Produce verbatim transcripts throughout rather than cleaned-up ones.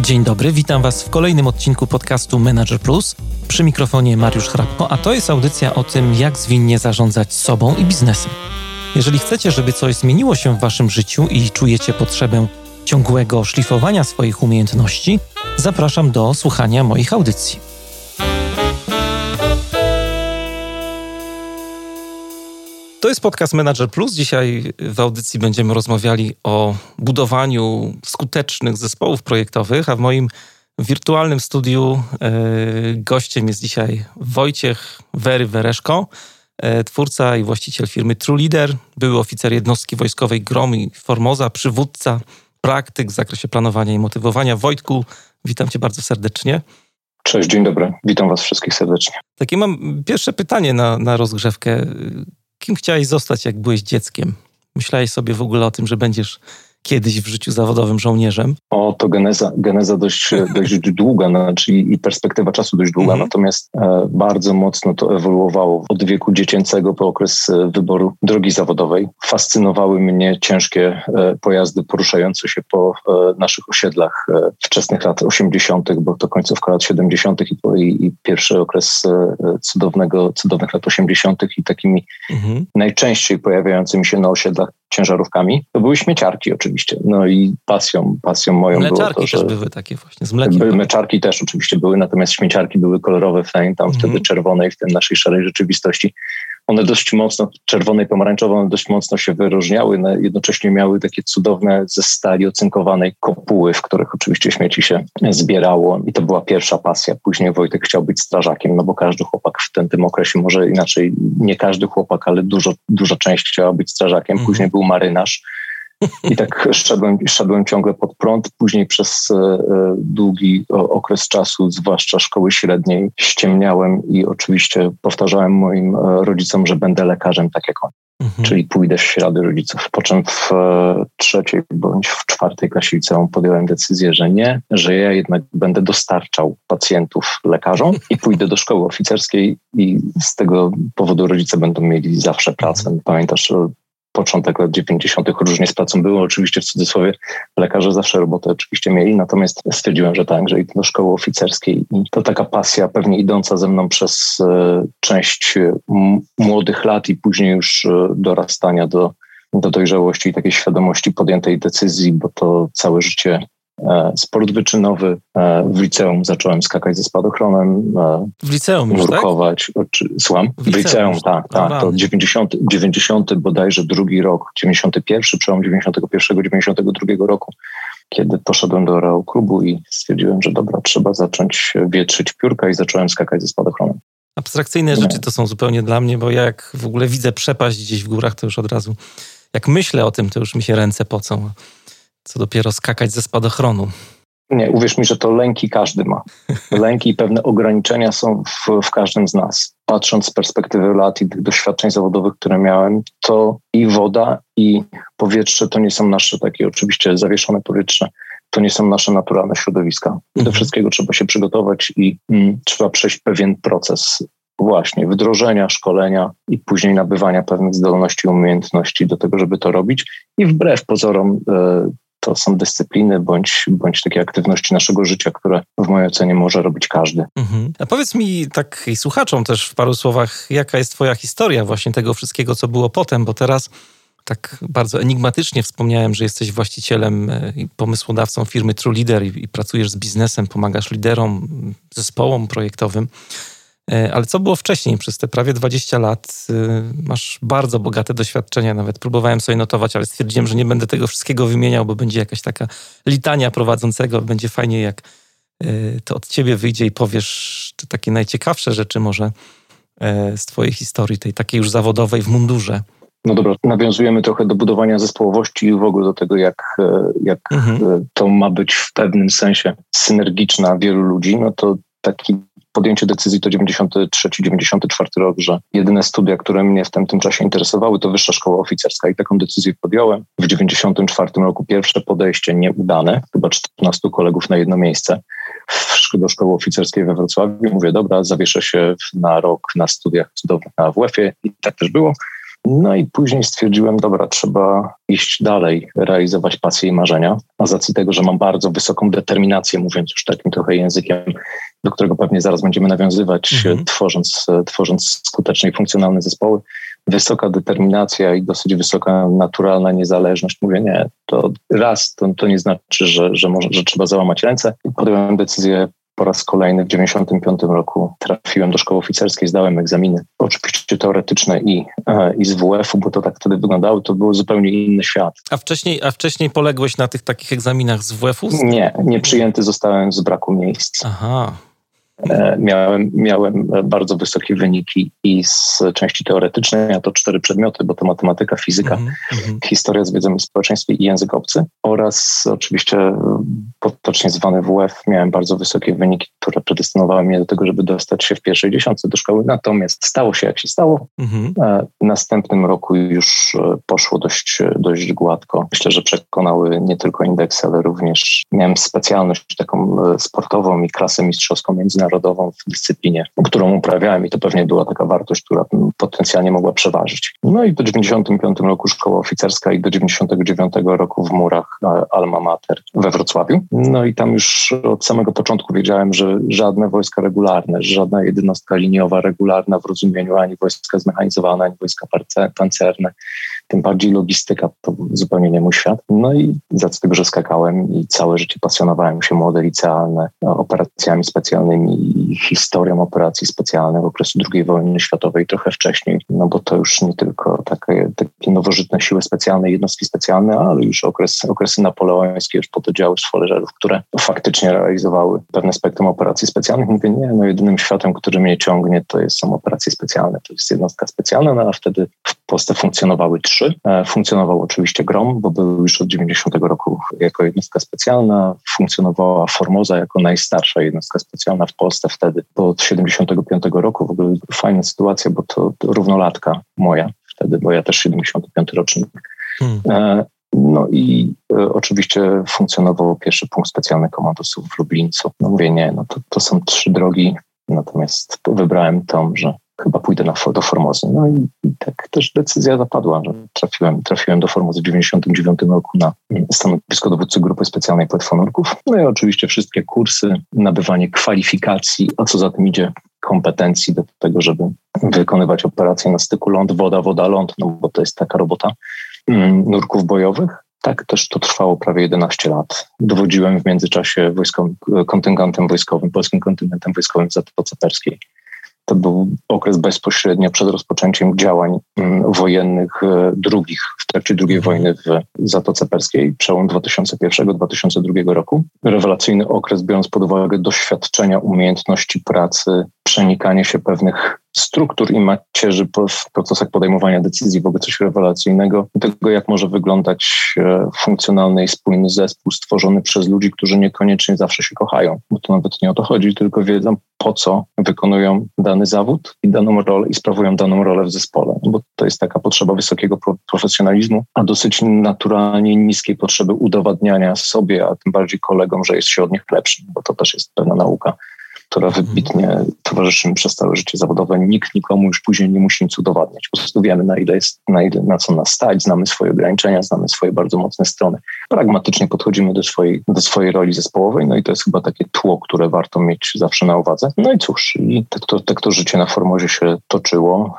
Dzień dobry, witam Was w kolejnym odcinku podcastu Manager Plus. Przy mikrofonie Mariusz Hrabko, a to jest audycja o tym, jak zwinnie zarządzać sobą i biznesem. Jeżeli chcecie, żeby coś zmieniło się w Waszym życiu i czujecie potrzebę ciągłego szlifowania swoich umiejętności, zapraszam do słuchania moich audycji. To jest podcast Manager Plus. Dzisiaj w audycji będziemy rozmawiali o budowaniu skutecznych zespołów projektowych, a w moim wirtualnym studiu e, gościem jest dzisiaj Wojciech Wery Wereszko, e, twórca i właściciel firmy TrueLeader, były oficer jednostki wojskowej GROM i Formosa, przywódca, praktyk w zakresie planowania i motywowania. Wojtku, witam Cię bardzo serdecznie. Cześć, dzień dobry. Witam Was wszystkich serdecznie. Takie mam pierwsze pytanie na, na rozgrzewkę. Kim chciałeś zostać, jak byłeś dzieckiem? Myślałeś sobie w ogóle o tym, że będziesz kiedyś w życiu zawodowym żołnierzem? O, to geneza, geneza dość, dość długa, znaczy i perspektywa czasu dość długa, mm-hmm. natomiast e, bardzo mocno to ewoluowało od wieku dziecięcego po okres e, wyboru drogi zawodowej. Fascynowały mnie ciężkie e, pojazdy poruszające się po e, naszych osiedlach e, wczesnych lat osiemdziesiątych, bo to końcówka lat siedemdziesiątych i, i, i pierwszy okres e, cudownego, cudownych lat osiemdziesiątych i takimi mm-hmm. najczęściej pojawiającymi się na osiedlach ciężarówkami. To były śmieciarki oczywiście. No i pasją, pasją moją mleczarki było to, że... też były takie właśnie z mlekiem. Były, mleczarki też oczywiście były, natomiast śmieciarki były kolorowe, tam mm-hmm. wtedy czerwonej, w tym naszej szarej rzeczywistości. One dość mocno, czerwone i pomarańczowe, one dość mocno się wyróżniały, no, jednocześnie miały takie cudowne ze stali ocynkowanej kopuły, w których oczywiście śmieci się zbierało i to była pierwsza pasja. Później Wojtek chciał być strażakiem, no bo każdy chłopak w tym, tym okresie, może inaczej, nie każdy chłopak, ale dużo, duża część chciała być strażakiem. Później mm-hmm. był marynarz. I tak szedłem, szedłem ciągle pod prąd. Później przez e, długi o, okres czasu, zwłaszcza szkoły średniej, ściemniałem i oczywiście powtarzałem moim e, rodzicom, że będę lekarzem tak jak oni. Mhm. Czyli pójdę w ślady rodziców. Po czym w e, trzeciej bądź w czwartej klasie liceum podjąłem decyzję, że nie, że ja jednak będę dostarczał pacjentów lekarzom i pójdę do szkoły oficerskiej i z tego powodu rodzice będą mieli zawsze pracę. Mhm. Pamiętasz, początek lat dziewięćdziesiątych różnie z pracą było, oczywiście w cudzysłowie lekarze zawsze robotę oczywiście mieli, natomiast stwierdziłem, że tak, że idę do szkoły oficerskiej i to taka pasja pewnie idąca ze mną przez e, część m- młodych lat i później już e, dorastania do, do dojrzałości i takiej świadomości podjętej decyzji, bo to całe życie e, sport wyczynowy. E, w liceum zacząłem skakać ze spadochronem. E, w liceum już, nurkować. tak? Oczy, słucham? W, w liceum, liceum tak, tak. To dziewięćdziesiąty, dziewięćdziesiąty bodajże drugi rok, dziewięćdziesiąty pierwszy, przełom dziewięćdziesiątego pierwszego, dziewięćdziesiątego drugiego roku, kiedy poszedłem do Aeroklubu klubu i stwierdziłem, że dobra, trzeba zacząć wietrzyć piórka i zacząłem skakać ze spadochronem. Abstrakcyjne rzeczy to są zupełnie dla mnie, bo ja jak w ogóle widzę przepaść gdzieś w górach, to już od razu, jak myślę o tym, to już mi się ręce pocą. Co dopiero skakać ze spadochronu. Nie, uwierz mi, że to lęki każdy ma. Lęki i pewne ograniczenia są w, w każdym z nas. Patrząc z perspektywy lat i tych doświadczeń zawodowych, które miałem, to i woda, i powietrze to nie są nasze takie oczywiście zawieszone powietrze, to nie są nasze naturalne środowiska. Do mhm. wszystkiego trzeba się przygotować i mm, trzeba przejść pewien proces właśnie wdrożenia, szkolenia i później nabywania pewnych zdolności i umiejętności do tego, żeby to robić. I wbrew pozorom y, to są dyscypliny bądź, bądź takie aktywności naszego życia, które w mojej ocenie może robić każdy. Mhm. A powiedz mi tak i słuchaczom też w paru słowach, jaka jest twoja historia właśnie tego wszystkiego, co było potem, bo teraz tak bardzo enigmatycznie wspomniałem, że jesteś właścicielem i pomysłodawcą firmy TrueLeader i, i pracujesz z biznesem, pomagasz liderom, zespołom projektowym. Ale co było wcześniej? Przez te prawie dwadzieścia lat masz bardzo bogate doświadczenia. Nawet próbowałem sobie notować, ale stwierdziłem, że nie będę tego wszystkiego wymieniał, bo będzie jakaś taka litania prowadzącego. Będzie fajnie, jak to od ciebie wyjdzie i powiesz te takie najciekawsze rzeczy może z twojej historii, tej takiej już zawodowej w mundurze. No dobra, nawiązujemy trochę do budowania zespołowości i w ogóle do tego, jak, jak mhm. to ma być w pewnym sensie synergiczna wielu ludzi. No to taki podjęcie decyzji to dziewięćdziesiąty trzeci dziewięćdziesiąty czwarty rok, że jedyne studia, które mnie w tamtym czasie interesowały, to Wyższa Szkoła Oficerska i taką decyzję podjąłem. W dziewięćdziesiątym czwartym roku pierwsze podejście nieudane, chyba czternastu kolegów na jedno miejsce do Szkoły Oficerskiej we Wrocławiu. Mówię, dobra, zawieszę się na rok na studiach cudownych na A W F-ie i tak też było. No i później stwierdziłem, dobra, trzeba iść dalej, realizować pasje i marzenia. A z racji tego, że mam bardzo wysoką determinację, mówiąc już takim trochę językiem, do którego pewnie zaraz będziemy nawiązywać, mhm. tworząc, tworząc skuteczne i funkcjonalne zespoły, wysoka determinacja i dosyć wysoka naturalna niezależność. Mówię, nie, to raz, to, to nie znaczy, że, że, może, że trzeba załamać ręce. Podjąłem decyzję po raz kolejny w dziewięćdziesiątym piątym roku. Trafiłem do szkoły oficerskiej, zdałem egzaminy, oczywiście teoretyczne i, i z W F-u, bo to tak wtedy wyglądało, to był zupełnie inny świat. A wcześniej, a wcześniej poległeś na tych takich egzaminach z W F-u? Nie, nie przyjęty zostałem z braku miejsc. Aha. Miałem, miałem bardzo wysokie wyniki i z części teoretycznej, a to cztery przedmioty, bo to matematyka, fizyka, mm-hmm. historia z wiedzą o społeczeństwie i język obcy oraz oczywiście potocznie zwany W F. Miałem bardzo wysokie wyniki, które predestynowały mnie do tego, żeby dostać się w pierwszej dziesiątce do szkoły. Natomiast stało się jak się stało. Mm-hmm. W następnym roku już poszło dość, dość gładko. Myślę, że przekonały nie tylko indeksy, ale również miałem specjalność taką sportową i klasę mistrzowską międzynarodową w dyscyplinie, którą uprawiałem i to pewnie była taka wartość, która potencjalnie mogła przeważyć. No i do dziewięćdziesiątym piątym roku szkoła oficerska i do dziewięćdziesiątego dziewiątego roku w murach Alma Mater we Wrocławiu. No i tam już od samego początku wiedziałem, że żadne wojska regularne, żadna jednostka liniowa regularna w rozumieniu ani wojska zmechanizowane, ani wojska pancerne, tym bardziej logistyka, to zupełnie nie mój świat. No i z tego, że skakałem i całe życie pasjonowałem się młode licealne operacjami specjalnymi i historią operacji specjalnych okresu drugiej wojny światowej, trochę wcześniej, no bo to już nie tylko takie, takie nowożytne siły specjalne, jednostki specjalne, ale już okres, okresy napoleońskie, już pododdziały szwoleżerów, które faktycznie realizowały pewne spektrum operacji specjalnych. Mówię, nie, no jedynym światem, który mnie ciągnie, to jest, są operacje specjalne, to jest jednostka specjalna, no a wtedy w Polsce funkcjonowały trzy. Funkcjonował oczywiście GROM, bo był już od dziewięćdziesiątego roku jako jednostka specjalna. Funkcjonowała Formosa jako najstarsza jednostka specjalna w Polsce wtedy, bo od siedemdziesiątego piątego roku. W ogóle fajna sytuacja, bo to, to równolatka moja wtedy, bo ja też siedemdziesiąty piąty rocznik. Hmm. No i e, oczywiście funkcjonował pierwszy punkt specjalny komandosów w Lublińcu. No mówię, nie, no to, to są trzy drogi, natomiast wybrałem tą, że chyba pójdę na, do Formozy. No i, i tak też decyzja zapadła, że trafiłem, trafiłem do Formozy w dziewięćdziesiątym dziewiątym roku na stanowisko dowódcy Grupy Specjalnej Płetwonurków. No i oczywiście wszystkie kursy, nabywanie kwalifikacji, a co za tym idzie kompetencji do tego, żeby wykonywać operacje na styku ląd, woda, woda, ląd, no bo to jest taka robota mm, nurków bojowych. Tak, też to trwało prawie jedenaście lat. Dowodziłem w międzyczasie wojskowym, kontyngentem wojskowym, polskim kontyngentem wojskowym w Zatoce Perskiej. To był okres bezpośrednio przed rozpoczęciem działań wojennych drugich, w trakcie drugiej wojny w Zatoce Perskiej, przełom dwa tysiące pierwszego do dwa tysiące drugiego roku. Rewelacyjny okres, biorąc pod uwagę doświadczenia, umiejętności pracy, przenikanie się pewnych struktur i macierzy w procesach podejmowania decyzji, w ogóle coś rewelacyjnego. Tego, jak może wyglądać funkcjonalny i spójny zespół stworzony przez ludzi, którzy niekoniecznie zawsze się kochają, bo to nawet nie o to chodzi, tylko wiedzą, po co wykonują dany zawód i daną rolę i sprawują daną rolę w zespole, bo to jest taka potrzeba wysokiego profesjonalizmu, a dosyć naturalnie niskiej potrzeby udowadniania sobie, a tym bardziej kolegom, że jest się od nich lepszym, bo to też jest pewna nauka, która wybitnie towarzyszy mi przez całe życie zawodowe. Nikt nikomu już później nie musi nic udowadniać. Po prostu wiemy, na ile jest, na, ile, na co nas stać, znamy swoje ograniczenia, znamy swoje bardzo mocne strony. Pragmatycznie podchodzimy do swojej, do swojej roli zespołowej, no i to jest chyba takie tło, które warto mieć zawsze na uwadze. No i cóż, i tak to, tak to życie na Formozie się toczyło.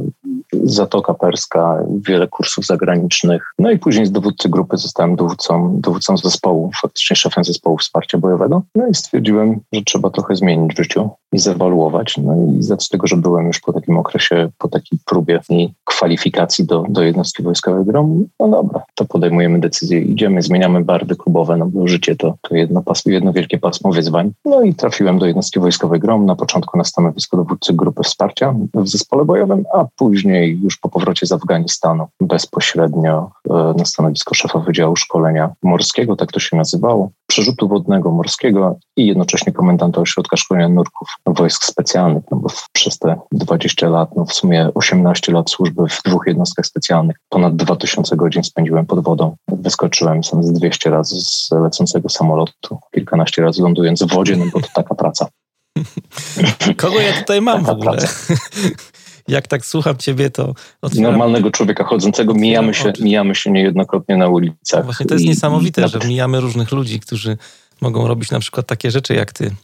Zatoka Perska, wiele kursów zagranicznych. No i później z dowódcy grupy zostałem dowódcą, dowódcą zespołu, faktycznie szefem zespołu wsparcia bojowego. No i stwierdziłem, że trzeba trochę zmienić w życiu i zewaluować. No i z tego, że byłem już po takim okresie, po takiej próbie i kwalifikacji do, do jednostki wojskowej GROM, no dobra, to podejmujemy decyzję, idziemy, zmieniamy barwy klubowe, no bo życie to, to jedno, pasmo, jedno wielkie pasmo wyzwań. No i trafiłem do jednostki wojskowej GROM, na początku na stanowisko dowódcy grupy wsparcia w zespole bojowym, a później już po powrocie z Afganistanu bezpośrednio na stanowisko szefa Wydziału Szkolenia Morskiego, tak to się nazywało, przerzutu wodnego morskiego i jednocześnie komendanta ośrodka szkolenia nurków wojsk specjalnych, no bo przez te dwadzieścia lat, no w sumie osiemnaście lat służby w dwóch jednostkach specjalnych, ponad dwa tysiące godzin spędziłem pod wodą. Wyskoczyłem sam z dwieście razy z lecącego samolotu, kilkanaście razy lądując w wodzie, no bo to taka praca. Kogo ja tutaj mam w ogóle? jak tak słucham ciebie, to... Otwieram, normalnego człowieka chodzącego mijamy się, mijamy się niejednokrotnie na ulicach. Właśnie to jest i, niesamowite, i... że mijamy różnych ludzi, którzy mogą robić na przykład takie rzeczy jak ty.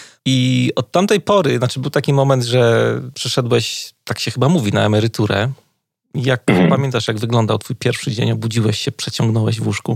I od tamtej pory, znaczy był taki moment, że przeszedłeś, tak się chyba mówi, na emeryturę. Jak mhm. pamiętasz, jak wyglądał twój pierwszy dzień? Obudziłeś się, przeciągnąłeś w łóżku?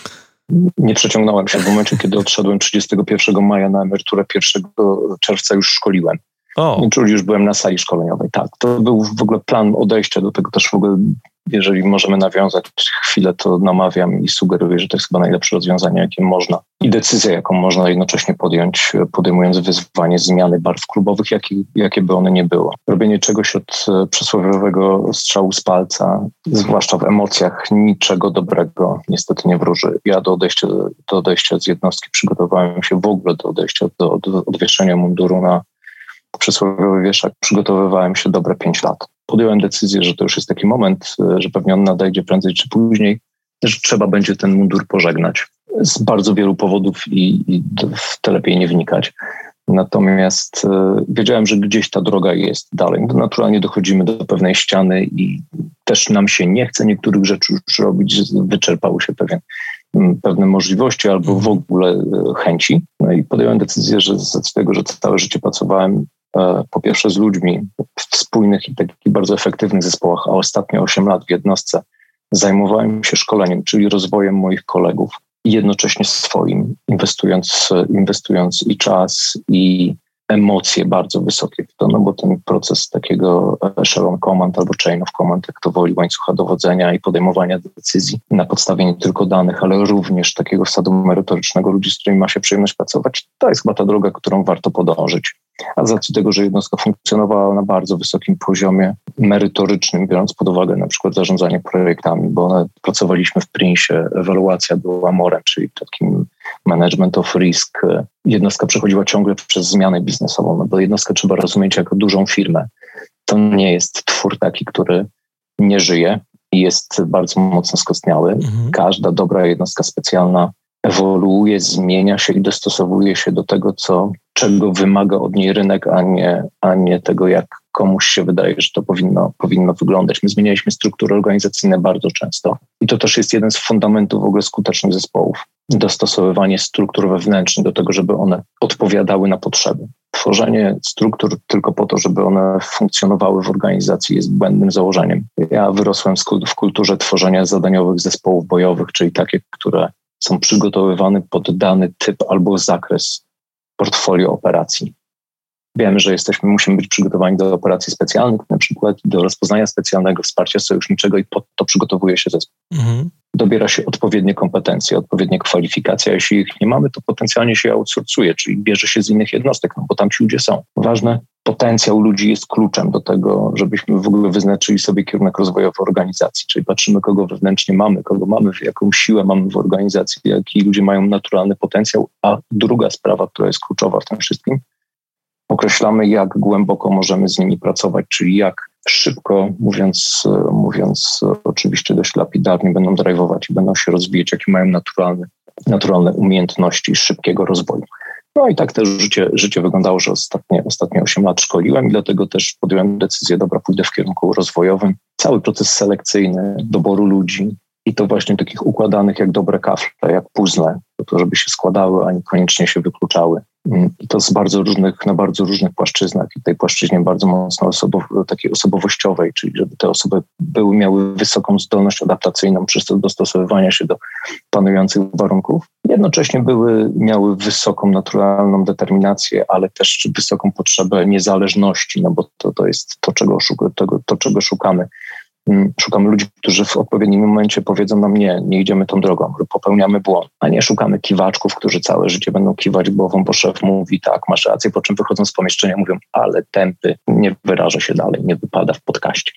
Nie przeciągnąłem się w momencie, kiedy odszedłem trzydziestego pierwszego maja na emeryturę. pierwszego czerwca już szkoliłem. O. Czyli już byłem na sali szkoleniowej. Tak, to był w ogóle plan odejścia do tego też w ogóle, jeżeli możemy nawiązać chwilę, to namawiam i sugeruję, że to jest chyba najlepsze rozwiązanie, jakie można i decyzja, jaką można jednocześnie podjąć, podejmując wyzwanie zmiany barw klubowych, jakie, jakie by one nie było. Robienie czegoś od przysłowiowego strzału z palca, zwłaszcza w emocjach, niczego dobrego niestety nie wróży. Ja do odejścia, do odejścia z jednostki przygotowałem się w ogóle do odejścia, do, do odwieszenia munduru na przysłowiowy wieszak. Przygotowywałem się dobre pięć lat. Podjąłem decyzję, że to już jest taki moment, że pewnie on nadejdzie prędzej czy później, że trzeba będzie ten mundur pożegnać. Z bardzo wielu powodów i, i w to lepiej nie wnikać. Natomiast e, wiedziałem, że gdzieś ta droga jest dalej. Naturalnie dochodzimy do pewnej ściany i też nam się nie chce niektórych rzeczy już robić. Wyczerpały się pewien, pewne możliwości albo w ogóle chęci. No i podjąłem decyzję, że z tego, że całe życie pracowałem e, po pierwsze z ludźmi w spójnych i takich bardzo efektywnych zespołach, a ostatnie osiem lat w jednostce zajmowałem się szkoleniem, czyli rozwojem moich kolegów i jednocześnie swoim, inwestując, inwestując i czas, i emocje bardzo wysokie w to, no bo ten proces takiego echelon command albo chain of command, jak to woli, łańcucha dowodzenia i podejmowania decyzji na podstawie nie tylko danych, ale również takiego wsadu merytorycznego ludzi, z którymi ma się przyjemność pracować, to jest chyba ta droga, którą warto podążyć. A z racji tego, że jednostka funkcjonowała na bardzo wysokim poziomie merytorycznym, biorąc pod uwagę na przykład zarządzanie projektami, bo one, pracowaliśmy w Prinsie, ewaluacja była morem, czyli takim management of risk. Jednostka przechodziła ciągle przez zmianę biznesową, no bo jednostkę trzeba rozumieć jako dużą firmę. To nie jest twór taki, który nie żyje i jest bardzo mocno skostniały. Mhm. Każda dobra jednostka specjalna ewoluuje, zmienia się i dostosowuje się do tego, co, czego wymaga od niej rynek, a nie, a nie tego, jak komuś się wydaje, że to powinno, powinno wyglądać. My zmienialiśmy struktury organizacyjne bardzo często i to też jest jeden z fundamentów w ogóle skutecznych zespołów. Dostosowywanie struktur wewnętrznych do tego, żeby one odpowiadały na potrzeby. Tworzenie struktur tylko po to, żeby one funkcjonowały w organizacji jest błędnym założeniem. Ja wyrosłem w kulturze tworzenia zadaniowych zespołów bojowych, czyli takie, które są przygotowywane pod dany typ albo zakres portfolio operacji. Wiemy, że jesteśmy, musimy być przygotowani do operacji specjalnych, na przykład do rozpoznania specjalnego, wsparcia sojuszniczego i pod to przygotowuje się zespół. Mhm. Dobiera się odpowiednie kompetencje, odpowiednie kwalifikacje, a jeśli ich nie mamy, to potencjalnie się outsourcuje, czyli bierze się z innych jednostek, no bo tam ci ludzie są. Ważne, potencjał ludzi jest kluczem do tego, żebyśmy w ogóle wyznaczyli sobie kierunek rozwojowy organizacji, czyli patrzymy, kogo wewnętrznie mamy, kogo mamy, jaką siłę mamy w organizacji, jaki ludzie mają naturalny potencjał, a druga sprawa, która jest kluczowa w tym wszystkim, określamy, jak głęboko możemy z nimi pracować, czyli jak szybko, mówiąc, mówiąc oczywiście dość lapidarnie, będą drive'ować i będą się rozwijać, jakie mają naturalne, naturalne umiejętności szybkiego rozwoju. No i tak też życie, życie wyglądało, że ostatnie, ostatnie osiem lat szkoliłem i dlatego też podjąłem decyzję, dobra, pójdę w kierunku rozwojowym. Cały proces selekcyjny, doboru ludzi i to właśnie takich układanych jak dobre kafle, jak puzzle, po to, żeby się składały, a niekoniecznie się wykluczały. I to z bardzo różnych, na bardzo różnych płaszczyznach i tej płaszczyźnie bardzo mocno osobow- takiej osobowościowej, czyli żeby te osoby były, miały wysoką zdolność adaptacyjną przez to dostosowywania się do panujących warunków. Jednocześnie były, miały wysoką naturalną determinację, ale też wysoką potrzebę niezależności, no bo to, to jest to czego, szuk- tego, to, czego szukamy. Szukamy ludzi, którzy w odpowiednim momencie powiedzą nam nie, nie idziemy tą drogą, popełniamy błąd, a nie szukamy kiwaczków, którzy całe życie będą kiwać głową, bo szef mówi tak, masz rację, po czym wychodzą z pomieszczenia, mówią, ale tępy, nie wyraża się dalej, nie wypada w podcaście.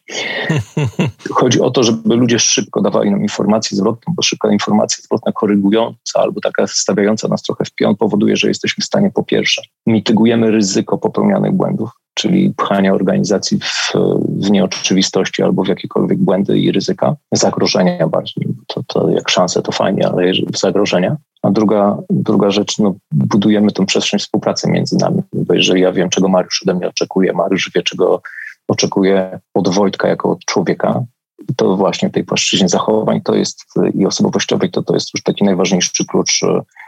Chodzi o to, żeby ludzie szybko dawali nam informację zwrotną, bo szybka informacja zwrotna korygująca albo taka stawiająca nas trochę w pion powoduje, że jesteśmy w stanie po pierwsze mitygujemy ryzyko popełnianych błędów, czyli pchania organizacji w, w nieoczywistości albo w jakiekolwiek błędy i ryzyka, zagrożenia bardziej. To, to jak szanse to fajnie, ale zagrożenia. A druga, druga rzecz, no, budujemy tą przestrzeń współpracy między nami. Bo jeżeli ja wiem, czego Mariusz ode mnie oczekuje, Mariusz wie, czego oczekuję od Wojtka jako od człowieka. I to właśnie w tej płaszczyźnie zachowań to jest i osobowościowej to, to jest już taki najważniejszy klucz,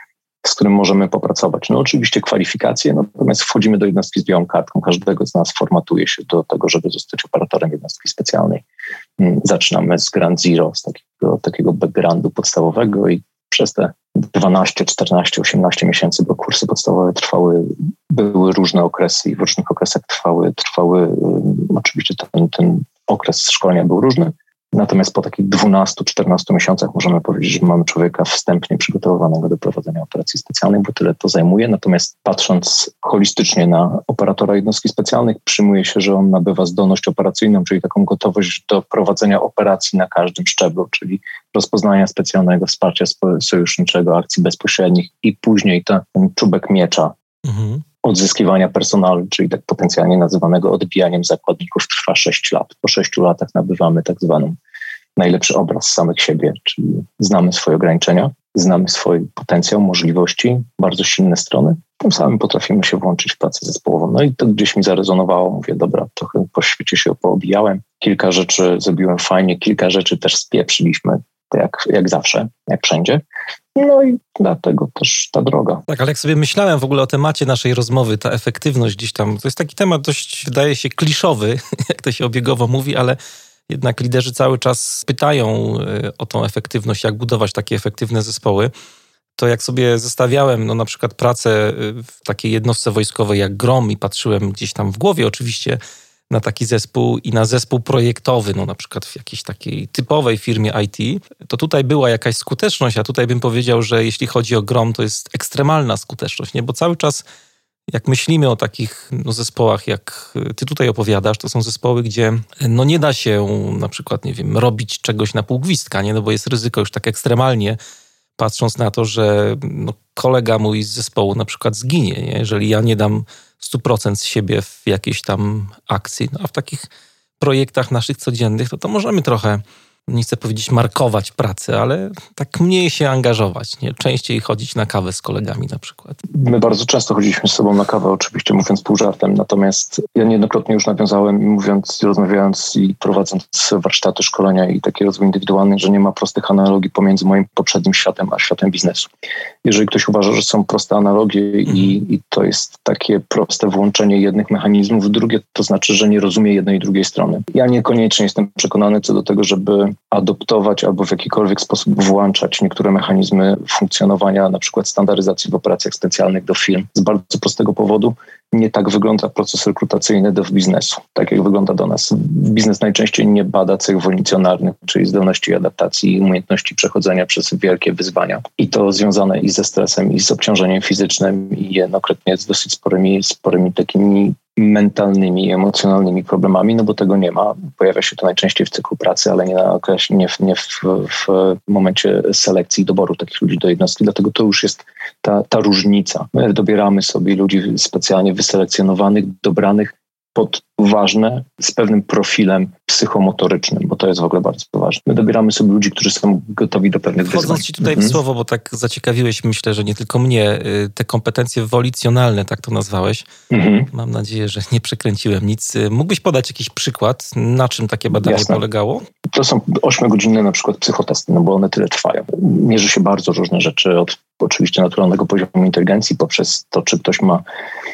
z którym możemy popracować. No oczywiście kwalifikacje, natomiast wchodzimy do jednostki z białą kartką. Każdego z nas formatuje się do tego, żeby zostać operatorem jednostki specjalnej. Zaczynamy z ground zero, z takiego, takiego backgroundu podstawowego i przez te dwanaście, czternaście, osiemnaście miesięcy, bo kursy podstawowe trwały, były różne okresy i w różnych okresach trwały, trwały um, oczywiście ten, ten okres szkolenia był różny. Natomiast po takich dwunastu czternastu miesiącach możemy powiedzieć, że mamy człowieka wstępnie przygotowanego do prowadzenia operacji specjalnych, bo tyle to zajmuje. Natomiast patrząc holistycznie na operatora jednostki specjalnych, przyjmuje się, że on nabywa zdolność operacyjną, czyli taką gotowość do prowadzenia operacji na każdym szczeblu, czyli rozpoznania specjalnego, wsparcia sojuszniczego, akcji bezpośrednich i później ten, ten czubek miecza. Mhm. Odzyskiwania personalu, czyli tak potencjalnie nazywanego odbijaniem zakładników, trwa sześć lat. Po sześciu latach nabywamy tak zwaną najlepszy obraz samych siebie, czyli znamy swoje ograniczenia, znamy swój potencjał, możliwości, bardzo silne strony. Tym samym potrafimy się włączyć w pracę zespołową. No i to gdzieś mi zarezonowało. Mówię, dobra, trochę po świecie się poobijałem. Kilka rzeczy zrobiłem fajnie, kilka rzeczy też spieprzyliśmy, jak, jak zawsze, jak wszędzie. No i dlatego też ta droga. Tak, ale jak sobie myślałem w ogóle o temacie naszej rozmowy, ta efektywność gdzieś tam, to jest taki temat dość, wydaje się, kliszowy, jak to się obiegowo mówi, ale jednak liderzy cały czas pytają o tą efektywność, jak budować takie efektywne zespoły. To jak sobie zestawiałem no na przykład pracę w takiej jednostce wojskowej jak GROM i patrzyłem gdzieś tam w głowie oczywiście na taki zespół i na zespół projektowy, no na przykład w jakiejś takiej typowej firmie I T, to tutaj była jakaś skuteczność, a tutaj bym powiedział, że jeśli chodzi o GROM, to jest ekstremalna skuteczność, nie? Bo cały czas jak myślimy o takich no, zespołach, jak ty tutaj opowiadasz, to są zespoły, gdzie no nie da się na przykład, nie wiem, robić czegoś na pół gwizdka, nie? No bo jest ryzyko już tak ekstremalnie, patrząc na to, że no, kolega mój z zespołu na przykład zginie, nie? Jeżeli ja nie dam sto procent z siebie w jakiejś tam akcji. No a w takich projektach naszych codziennych, to, to możemy trochę, nie chcę powiedzieć markować pracę, ale tak mniej się angażować, nie? Częściej chodzić na kawę z kolegami na przykład. My bardzo często chodziliśmy z sobą na kawę, oczywiście mówiąc pół żartem, natomiast ja niejednokrotnie już nawiązałem i mówiąc, rozmawiając i prowadząc warsztaty, szkolenia i taki rozwój indywidualny, że nie ma prostych analogii pomiędzy moim poprzednim światem a światem biznesu. Jeżeli ktoś uważa, że są proste analogie mm. i, i to jest takie proste włączenie jednych mechanizmów w drugie, to znaczy, że nie rozumie jednej i drugiej strony. Ja niekoniecznie jestem przekonany co do tego, żeby adoptować albo w jakikolwiek sposób włączać niektóre mechanizmy funkcjonowania, na przykład standaryzacji w operacjach specjalnych do firm. Z bardzo prostego powodu nie tak wygląda proces rekrutacyjny do biznesu, tak jak wygląda do nas. Biznes najczęściej nie bada cech wolicjonarnych, czyli zdolności adaptacji i umiejętności przechodzenia przez wielkie wyzwania. I to związane i ze stresem, i z obciążeniem fizycznym, i jednokrotnie z dosyć sporymi, sporymi takimi mentalnymi, emocjonalnymi problemami, no bo tego nie ma. Pojawia się to najczęściej w cyklu pracy, ale nie, na okres, nie, w, nie w, w momencie selekcji i doboru takich ludzi do jednostki. Dlatego to już jest ta, ta różnica. My dobieramy sobie ludzi specjalnie wyselekcjonowanych, dobranych pod ważne, z pewnym profilem psychomotorycznym, bo to jest w ogóle bardzo ważne. My dobieramy sobie ludzi, którzy są gotowi do pewnych wyzwań. Wchodząc ci tutaj w słowo, bo tak zaciekawiłeś, myślę, że nie tylko mnie, te kompetencje wolicjonalne, tak to nazwałeś. Mhm. Mam nadzieję, że nie przekręciłem nic. Mógłbyś podać jakiś przykład, na czym takie badanie Jasne. polegało? To są ośmiogodzinne na przykład psychotesty, no bo one tyle trwają. Mierzy się bardzo różne rzeczy, od oczywiście naturalnego poziomu inteligencji, poprzez to, czy ktoś ma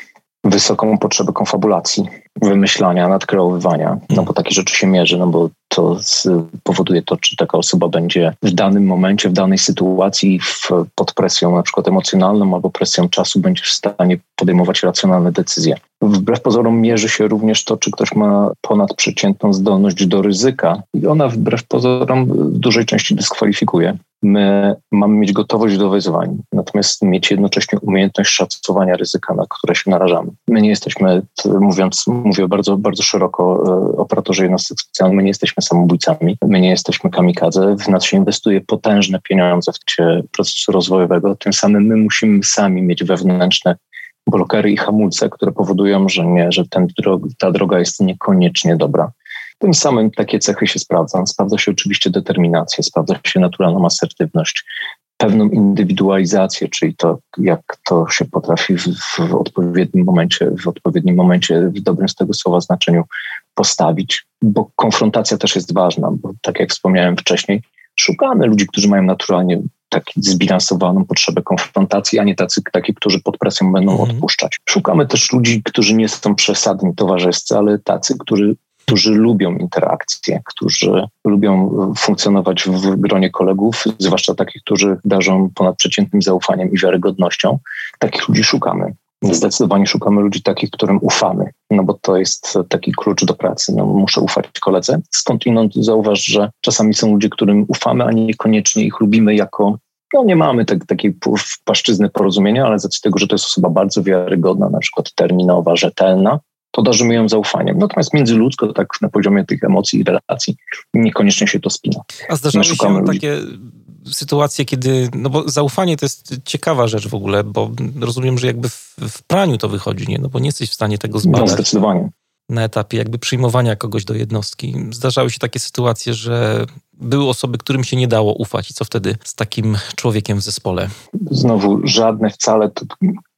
wysoką potrzebę konfabulacji, wymyślania, nadkreowywania, no bo takie rzeczy się mierzy, no bo to powoduje to, czy taka osoba będzie w danym momencie, w danej sytuacji w, pod presją na przykład emocjonalną albo presją czasu będzie w stanie podejmować racjonalne decyzje. Wbrew pozorom mierzy się również to, czy ktoś ma ponadprzeciętną zdolność do ryzyka i ona wbrew pozorom w dużej części dyskwalifikuje. My mamy mieć gotowość do wyzwań, natomiast mieć jednocześnie umiejętność szacowania ryzyka, na które się narażamy. My nie jesteśmy, mówiąc, mówię bardzo, bardzo szeroko, operatorzy jednostek specjalnych, my nie jesteśmy samobójcami, my nie jesteśmy kamikadze, w nas się inwestuje potężne pieniądze w trakcie procesu rozwojowego, tym samym my musimy sami mieć wewnętrzne blokery i hamulce, które powodują, że nie, że ten drog, ta droga jest niekoniecznie dobra. Tym samym takie cechy się sprawdzą. Sprawdza się oczywiście determinację, sprawdza się naturalną asertywność, pewną indywidualizację, czyli to, jak to się potrafi w, w odpowiednim momencie, w odpowiednim momencie, w dobrym z tego słowa znaczeniu postawić, bo konfrontacja też jest ważna, bo tak jak wspomniałem wcześniej, szukamy ludzi, którzy mają naturalnie taką zbilansowaną potrzebę konfrontacji, a nie tacy, taki, którzy pod presją będą mm. odpuszczać. Szukamy też ludzi, którzy nie są przesadni towarzyscy, ale tacy, którzy którzy lubią interakcje, którzy lubią funkcjonować w gronie kolegów, zwłaszcza takich, którzy darzą ponadprzeciętnym zaufaniem i wiarygodnością. Takich ludzi szukamy. Zdecydowanie szukamy ludzi takich, którym ufamy, no bo to jest taki klucz do pracy. No, muszę ufać koledze. Skądinąd zauważ, że czasami są ludzie, którym ufamy, a niekoniecznie ich lubimy jako, no nie mamy tak, takiej płaszczyzny porozumienia, ale z racji tego, że to jest osoba bardzo wiarygodna, na przykład terminowa, rzetelna, to darzymy ją zaufaniem. Natomiast międzyludzko, tak na poziomie tych emocji i relacji, niekoniecznie się to spina. A zdarzały się takie sytuacje, kiedy, no bo zaufanie to jest ciekawa rzecz w ogóle, bo rozumiem, że jakby w, w praniu to wychodzi, nie? No bo nie jesteś w stanie tego zbadać. No, zdecydowanie. Na etapie jakby przyjmowania kogoś do jednostki. Zdarzały się takie sytuacje, że były osoby, którym się nie dało ufać i co wtedy z takim człowiekiem w zespole? Znowu żadne wcale... To...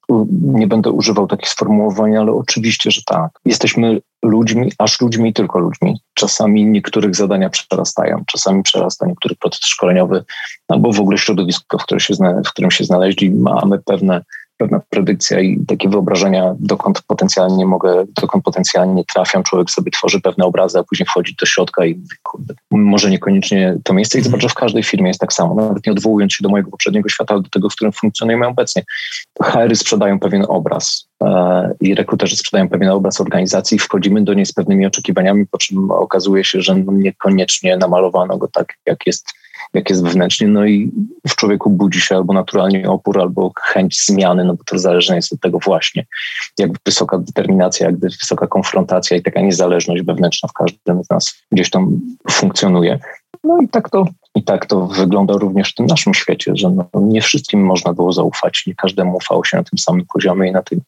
Nie będę używał takich sformułowań, ale oczywiście, że tak. Jesteśmy ludźmi, aż ludźmi i tylko ludźmi. Czasami niektórych zadania przerastają, czasami przerasta niektóry proces szkoleniowy albo w ogóle środowisko, w którym się, zna, w którym się znaleźli. Mamy pewne, pewna predykcja i takie wyobrażenia, dokąd potencjalnie mogę, dokąd potencjalnie trafiam. Człowiek sobie tworzy pewne obrazy, a później wchodzi do środka i kurde, może niekoniecznie to miejsce. I zobacz, że w każdej firmie jest tak samo. Nawet nie odwołując się do mojego poprzedniego świata, ale do tego, w którym funkcjonujemy obecnie. H R y sprzedają pewien obraz e, i rekruterzy sprzedają pewien obraz organizacji. Wchodzimy do niej z pewnymi oczekiwaniami, po czym okazuje się, że no niekoniecznie namalowano go tak, jak jest jak jest wewnętrznie, no i w człowieku budzi się albo naturalnie opór, albo chęć zmiany, no bo to zależne jest od tego właśnie, jak wysoka determinacja, jak wysoka konfrontacja i taka niezależność wewnętrzna w każdym z nas gdzieś tam funkcjonuje. No i tak to, i tak to wygląda również w tym naszym świecie, że no, nie wszystkim można było zaufać, nie każdemu ufało się na tym samym poziomie i na tym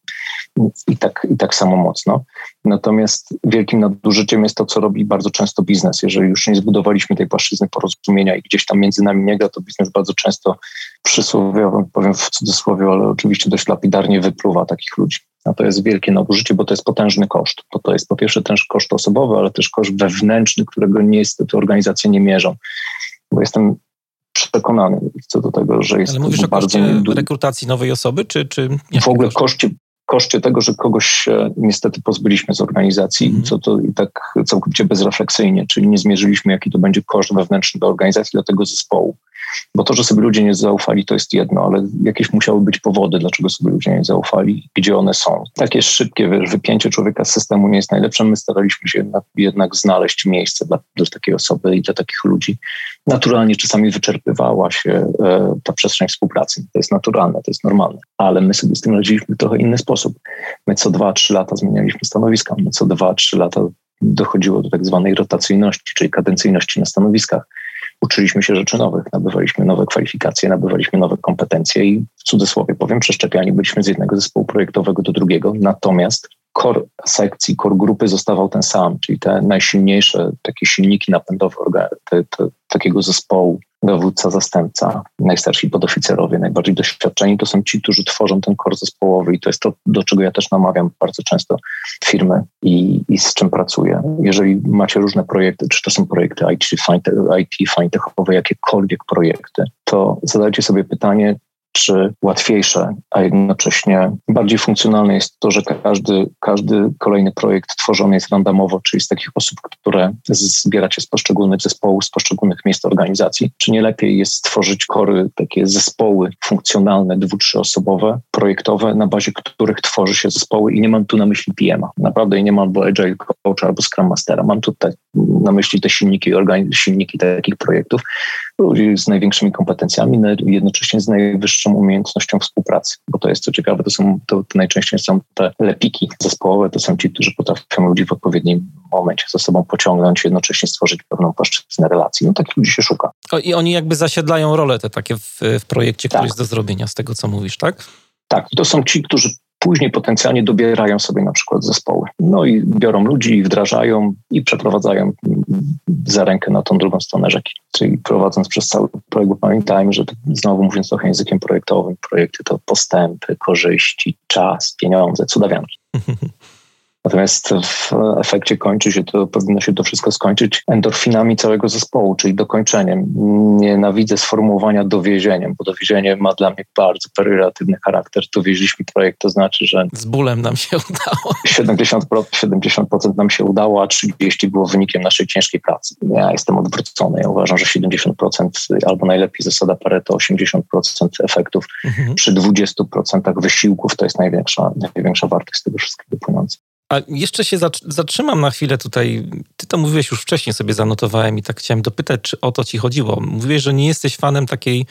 i tak, i tak samo mocno. Natomiast wielkim nadużyciem jest to, co robi bardzo często biznes. Jeżeli już nie zbudowaliśmy tej płaszczyzny porozumienia i gdzieś tam między nami nie gra, to biznes bardzo często przysłowiowo, powiem w cudzysłowie, ale oczywiście dość lapidarnie wypluwa takich ludzi. A to jest wielkie nadużycie, bo to jest potężny koszt. Bo to jest po pierwsze też koszt osobowy, ale też koszt wewnętrzny, którego niestety organizacje nie mierzą. Bo jestem przekonany co do tego, że jest ale mówisz to o bardzo... koszcie rekrutacji nowej osoby, czy... czy w ogóle koszcie, koszcie tego, że kogoś się niestety pozbyliśmy z organizacji, mm. co to i tak całkowicie bezrefleksyjnie, czyli nie zmierzyliśmy, jaki to będzie koszt wewnętrzny do organizacji, dla tego zespołu. Bo to, że sobie ludzie nie zaufali, to jest jedno, ale jakieś musiały być powody, dlaczego sobie ludzie nie zaufali, gdzie one są. Takie szybkie, wiesz, wypięcie człowieka z systemu nie jest najlepsze. My staraliśmy się jednak, jednak znaleźć miejsce dla, dla takiej osoby i dla takich ludzi. Naturalnie czasami wyczerpywała się e, ta przestrzeń współpracy. To jest naturalne, to jest normalne. Ale my sobie z tym radziliśmy w trochę inny sposób. My co dwa, trzy lata zmienialiśmy stanowiska. My co dwa, trzy lata dochodziło do tak zwanej rotacyjności, czyli kadencyjności na stanowiskach. Uczyliśmy się rzeczy nowych, nabywaliśmy nowe kwalifikacje, nabywaliśmy nowe kompetencje i w cudzysłowie powiem, przeszczepiani byliśmy z jednego zespołu projektowego do drugiego, natomiast core sekcji, core grupy zostawał ten sam, czyli te najsilniejsze takie silniki napędowe te, te, takiego zespołu, dowódca, zastępca, najstarsi podoficerowie, najbardziej doświadczeni, to są ci, którzy tworzą ten core zespołowy i to jest to, do czego ja też namawiam bardzo często firmy i, i z czym pracuję. Jeżeli macie różne projekty, czy to są projekty I T, fintech-owe, jakiekolwiek projekty, to zadajcie sobie pytanie, czy łatwiejsze, a jednocześnie bardziej funkcjonalne jest to, że każdy, każdy kolejny projekt tworzony jest randomowo, czyli z takich osób, które zbieracie z poszczególnych zespołów, z poszczególnych miejsc organizacji. Czy nie lepiej jest stworzyć kory, takie zespoły funkcjonalne, dwu-, trzyosobowe, projektowe, na bazie których tworzy się zespoły i nie mam tu na myśli P M a. Naprawdę i nie mam albo Agile Coacha, albo Scrum Mastera. Mam tutaj na myśli te silniki, organi- silniki takich projektów, ludzi z największymi kompetencjami, jednocześnie z najwyższą umiejętnością współpracy. Bo to jest co ciekawe, to są to, to najczęściej są te lepiki zespołowe, to są ci, którzy potrafią ludzi w odpowiednim momencie ze sobą pociągnąć, jednocześnie stworzyć pewną płaszczyznę relacji. No takich ludzi się szuka. O, i oni jakby zasiedlają role te takie w, w projekcie, który tak. jest do zrobienia, z tego co mówisz, tak? Tak, i to są ci, którzy później potencjalnie dobierają sobie na przykład zespoły. No i biorą ludzi, i wdrażają i przeprowadzają za rękę na tą drugą stronę rzeki. Czyli prowadząc przez cały projekt, bo pamiętajmy, że znowu mówiąc trochę językiem projektowym, projekty to postępy, korzyści, czas, pieniądze, cudawianki. Natomiast w efekcie kończy się to, powinno się to wszystko skończyć endorfinami całego zespołu, czyli dokończeniem. Nienawidzę sformułowania dowiezieniem, bo dowiezienie ma dla mnie bardzo pejoratywny charakter. Dowieźliśmy projekt, to znaczy, że z bólem nam się udało. siedemdziesiąt procent, siedemdziesiąt procent nam się udało, a trzydzieści procent było wynikiem naszej ciężkiej pracy. Ja jestem odwrócony. Ja uważam, że siedemdziesiąt procent albo najlepiej zasada Pareto, osiemdziesiąt procent efektów mhm. przy dwudziestu procentach wysiłków to jest największa, największa wartość z tego wszystkiego płynąca. A jeszcze się zatrzymam na chwilę tutaj. Ty to mówiłeś już wcześniej, sobie zanotowałem i tak chciałem dopytać, czy o to ci chodziło. Mówiłeś, że nie jesteś fanem takiej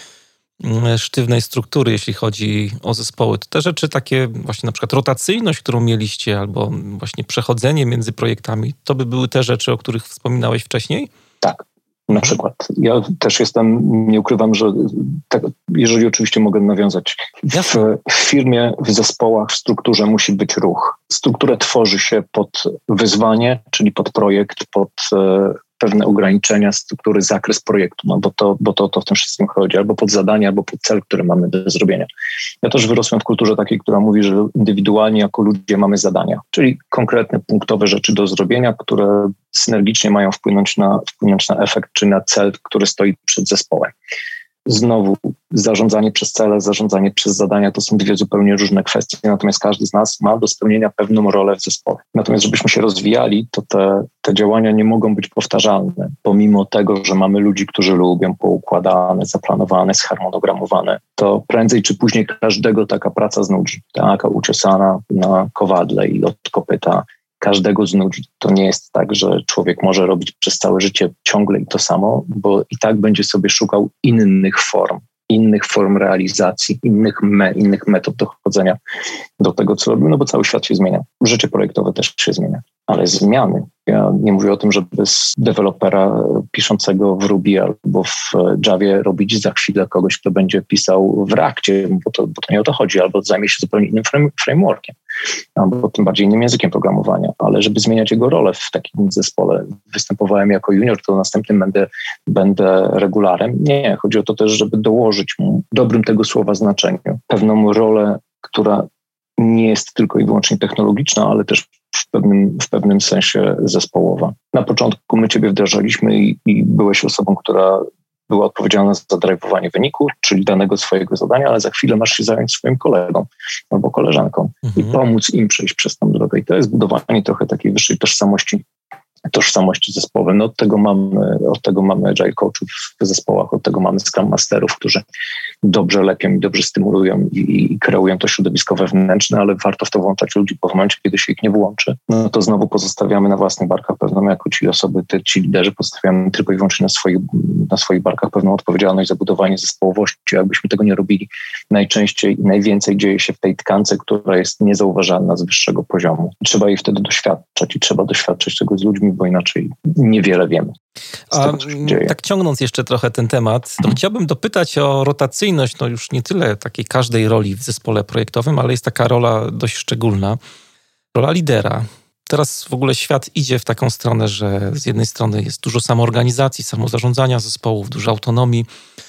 sztywnej struktury, jeśli chodzi o zespoły. To te rzeczy takie właśnie na przykład rotacyjność, którą mieliście, albo właśnie przechodzenie między projektami, to by były te rzeczy, o których wspominałeś wcześniej? Tak. Na przykład. Ja też jestem, nie ukrywam, że tak, jeżeli oczywiście mogę nawiązać, w, w firmie, w zespołach, w strukturze musi być ruch. Strukturę tworzy się pod wyzwanie, czyli pod projekt, pod e, pewne ograniczenia struktury, zakres projektu, no bo to, bo to, to w tym wszystkim chodzi, albo pod zadanie, albo pod cel, który mamy do zrobienia. Ja też wyrosłem w kulturze takiej, która mówi, że indywidualnie jako ludzie mamy zadania, czyli konkretne, punktowe rzeczy do zrobienia, które synergicznie mają wpłynąć na, wpłynąć na efekt, czy na cel, który stoi przed zespołem. Znowu zarządzanie przez cele, zarządzanie przez zadania to są dwie zupełnie różne kwestie, natomiast każdy z nas ma do spełnienia pewną rolę w zespole. Natomiast żebyśmy się rozwijali, to te, te działania nie mogą być powtarzalne, pomimo tego, że mamy ludzi, którzy lubią poukładane, zaplanowane, zharmonogramowane, to prędzej czy później każdego taka praca znudzi. Taka uciosana na kowadle i od kopyta każdego znudzi. To nie jest tak, że człowiek może robić przez całe życie ciągle i to samo, bo i tak będzie sobie szukał innych form, innych form realizacji, innych, me, innych metod dochodzenia do tego, co robimy, no bo cały świat się zmienia. Życie projektowe też się zmienia, ale zmiany. Ja nie mówię o tym, żeby z dewelopera piszącego w Ruby albo w Javie robić za chwilę kogoś, kto będzie pisał w Reactie, bo to, bo to nie o to chodzi, albo zajmie się zupełnie innym frame, frameworkiem, albo tym bardziej innym językiem programowania, ale żeby zmieniać jego rolę w takim zespole. Występowałem jako junior, to następnym będę, będę regularem. Nie, chodzi o to też, żeby dołożyć mu w dobrym tego słowa znaczeniu pewną rolę, która nie jest tylko i wyłącznie technologiczna, ale też w pewnym, w pewnym sensie zespołowa. Na początku my ciebie wdrażaliśmy i, i byłeś osobą, która była odpowiedzialna za drive'owanie wyniku, czyli danego swojego zadania, ale za chwilę masz się zająć swoim kolegą albo koleżanką mhm. i pomóc im przejść przez tą drogę. I to jest budowanie trochę takiej wyższej tożsamości, tożsamości zespołowej. No od tego mamy, od tego mamy agile coachów w zespołach, od tego mamy scrum masterów, którzy dobrze lepią i dobrze stymulują i, i kreują to środowisko wewnętrzne, ale warto w to włączać ludzi, bo w momencie, kiedy się ich nie włączy, no to znowu pozostawiamy na własnych barkach pewną, jako ci osoby, te, ci liderzy pozostawiamy tylko i wyłącznie na swoich, na swoich barkach pewną odpowiedzialność za budowanie zespołowości. Jakbyśmy tego nie robili, najczęściej i najwięcej dzieje się w tej tkance, która jest niezauważalna z wyższego poziomu. Trzeba jej wtedy doświadczać i trzeba doświadczać tego z ludźmi, bo inaczej niewiele wiemy. A tego, tak ciągnąc jeszcze trochę ten temat, to chciałbym dopytać o rotacyjność, no już nie tyle takiej każdej roli w zespole projektowym, ale jest taka rola dość szczególna, rola lidera. Teraz w ogóle świat idzie w taką stronę, że z jednej strony jest dużo samoorganizacji, samozarządzania zespołów, dużo autonomii,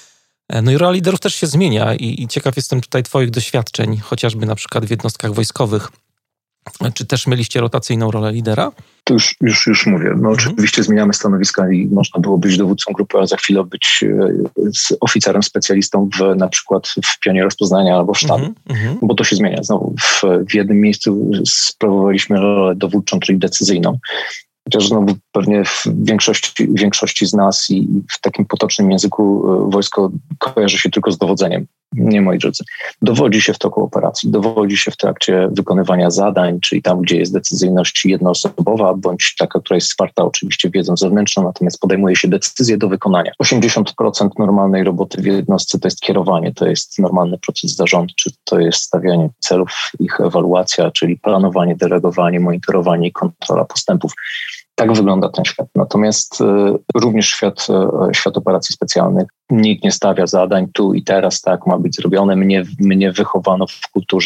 no i rola liderów też się zmienia i, i ciekaw jestem tutaj twoich doświadczeń, chociażby na przykład w jednostkach wojskowych. Czy też mieliście rotacyjną rolę lidera? To już, już, już mówię. No mhm. Oczywiście zmieniamy stanowiska i można było być dowódcą grupy, a za chwilę być z oficerem specjalistą w, na przykład w pionie rozpoznania albo w sztabie, mhm. bo to się zmienia. Znowu w, w jednym miejscu sprawowaliśmy rolę dowódczą, czyli decyzyjną. Chociaż znowu pewnie w większości, większości z nas i w takim potocznym języku wojsko kojarzy się tylko z dowodzeniem. Nie, moi drodzy. Dowodzi się w toku operacji, dowodzi się w trakcie wykonywania zadań, czyli tam, gdzie jest decyzyjność jednoosobowa, bądź taka, która jest wsparta oczywiście wiedzą zewnętrzną, natomiast podejmuje się decyzję do wykonania. osiemdziesiąt procent normalnej roboty w jednostce to jest kierowanie, to jest normalny proces zarządczy, to jest stawianie celów, ich ewaluacja, czyli planowanie, delegowanie, monitorowanie i kontrola postępów. Tak wygląda ten świat. Natomiast y, również świat, y, świat operacji specjalnych. Nikt nie stawia zadań tu i teraz, tak ma być zrobione. Mnie, mnie wychowano w kulturze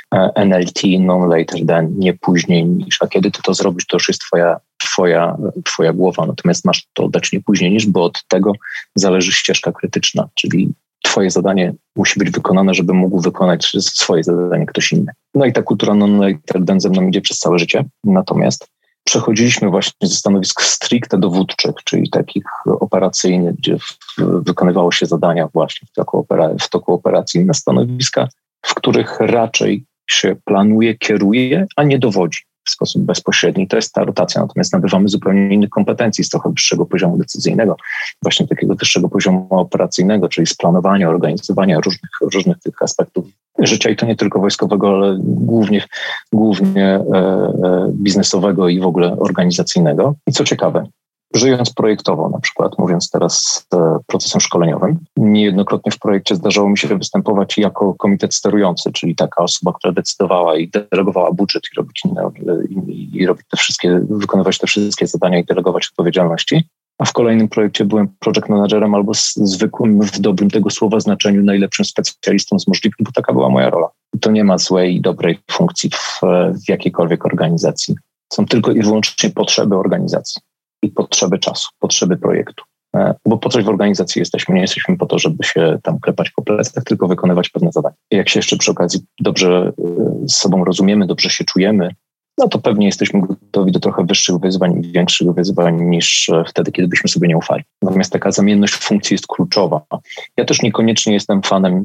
N L T, non later than, nie później niż, a kiedy ty to zrobisz, to już jest twoja, twoja, twoja głowa, natomiast masz to oddać nie później niż, bo od tego zależy ścieżka krytyczna, czyli twoje zadanie musi być wykonane, żeby mógł wykonać swoje zadanie ktoś inny. No i ta kultura non later than ze mną idzie przez całe życie, natomiast przechodziliśmy właśnie ze stanowisk stricte dowódczych, czyli takich operacyjnych, gdzie wykonywało się zadania właśnie w toku, opera- w toku operacji, na stanowiska, w których raczej się planuje, kieruje, a nie dowodzi w sposób bezpośredni. To jest ta rotacja, natomiast nabywamy zupełnie innych kompetencji z trochę wyższego poziomu decyzyjnego, właśnie takiego wyższego poziomu operacyjnego, czyli z planowania, organizowania różnych, różnych tych aspektów życia i to nie tylko wojskowego, ale głównie, głównie e, e, biznesowego i w ogóle organizacyjnego. I co ciekawe, żyjąc projektowo, na przykład mówiąc teraz e, procesem szkoleniowym, niejednokrotnie w projekcie zdarzało mi się występować jako komitet sterujący, czyli taka osoba, która decydowała i delegowała budżet i robić inne, i, i robić te wszystkie, wykonywać te wszystkie zadania i delegować odpowiedzialności. A w kolejnym projekcie byłem project managerem albo zwykłym, w dobrym tego słowa znaczeniu, najlepszym specjalistą z możliwym, bo taka była moja rola. I to nie ma złej i dobrej funkcji w, w jakiejkolwiek organizacji. Są tylko i wyłącznie potrzeby organizacji i potrzeby czasu, potrzeby projektu. Bo po coś w organizacji jesteśmy. Nie jesteśmy po to, żeby się tam klepać po plecach, tylko wykonywać pewne zadania. I jak się jeszcze przy okazji dobrze z sobą rozumiemy, dobrze się czujemy, no to pewnie jesteśmy gotowi do trochę wyższych wyzwań i większych wyzwań niż wtedy, kiedy byśmy sobie nie ufali. Natomiast taka zamienność funkcji jest kluczowa. Ja też niekoniecznie jestem fanem,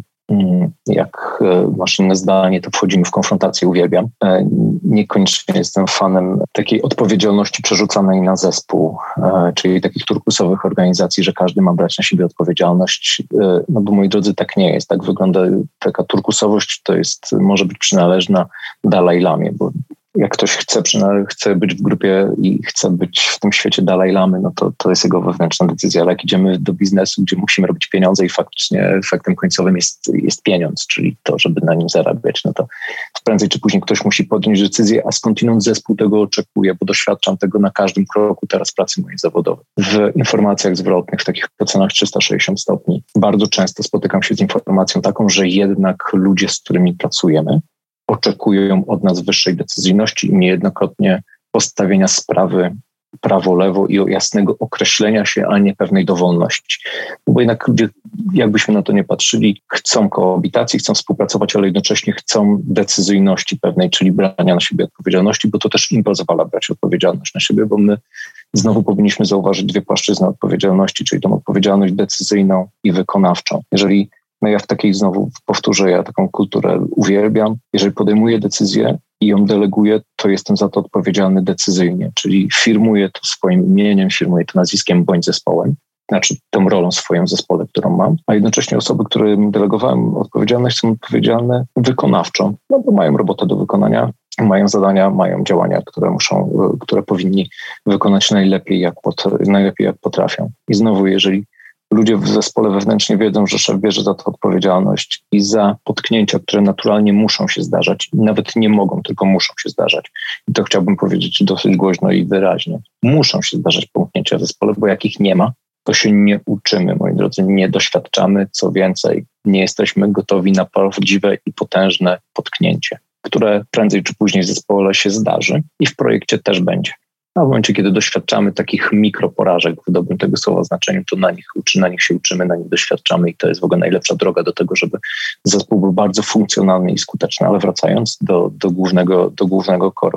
jak masz inne zdanie, to wchodzimy w konfrontację, uwielbiam. Niekoniecznie jestem fanem takiej odpowiedzialności przerzucanej na zespół, czyli takich turkusowych organizacji, że każdy ma brać na siebie odpowiedzialność. No bo moi drodzy, tak nie jest. Tak wygląda taka turkusowość, to jest, może być przynależna Dalaj Lamie, bo jak ktoś chce, chce być w grupie i chce być w tym świecie Dalaj Lamy, no to, to jest jego wewnętrzna decyzja. Ale jak idziemy do biznesu, gdzie musimy robić pieniądze i faktycznie efektem końcowym jest, jest pieniądz, czyli to, żeby na nim zarabiać, no to prędzej czy później ktoś musi podjąć decyzję, a skądinąd zespół tego oczekuje, bo doświadczam tego na każdym kroku teraz pracy mojej zawodowej. W informacjach zwrotnych, w takich ocenach trzysta sześćdziesiąt stopni, bardzo często spotykam się z informacją taką, że jednak ludzie, z którymi pracujemy, oczekują od nas wyższej decyzyjności i niejednokrotnie postawienia sprawy prawo-lewo i jasnego określenia się, a nie pewnej dowolności. Bo jednak ludzie, jakbyśmy na to nie patrzyli, chcą koabitacji, chcą współpracować, ale jednocześnie chcą decyzyjności pewnej, czyli brania na siebie odpowiedzialności, bo to też im pozwala brać odpowiedzialność na siebie, bo my znowu powinniśmy zauważyć dwie płaszczyzny odpowiedzialności, czyli tą odpowiedzialność decyzyjną i wykonawczą. Jeżeli No ja w takiej, znowu powtórzę, ja taką kulturę uwielbiam. Jeżeli podejmuję decyzję i ją deleguję, to jestem za to odpowiedzialny decyzyjnie, czyli firmuję to swoim imieniem, firmuję to nazwiskiem bądź zespołem, znaczy tą rolą swoją w zespole, którą mam, a jednocześnie osoby, którym delegowałem odpowiedzialność, są odpowiedzialne wykonawczo, no bo mają robotę do wykonania, mają zadania, mają działania, które muszą, które powinni wykonać najlepiej, jak, pot, najlepiej jak potrafią. I znowu, jeżeli ludzie w zespole wewnętrznie wiedzą, że szef bierze za to odpowiedzialność i za potknięcia, które naturalnie muszą się zdarzać, nawet nie mogą, tylko muszą się zdarzać. I to chciałbym powiedzieć dosyć głośno i wyraźnie. Muszą się zdarzać potknięcia w zespole, bo jak ich nie ma, to się nie uczymy, moi drodzy, nie doświadczamy. Co więcej, nie jesteśmy gotowi na prawdziwe i potężne potknięcie, które prędzej czy później w zespole się zdarzy i w projekcie też będzie. A w momencie, kiedy doświadczamy takich mikroporażek w dobrym tego słowa znaczeniu, to na nich, uczy, na nich się uczymy, na nich doświadczamy i to jest w ogóle najlepsza droga do tego, żeby zespół był bardzo funkcjonalny i skuteczny. Ale wracając do, do głównego, do głównego koru.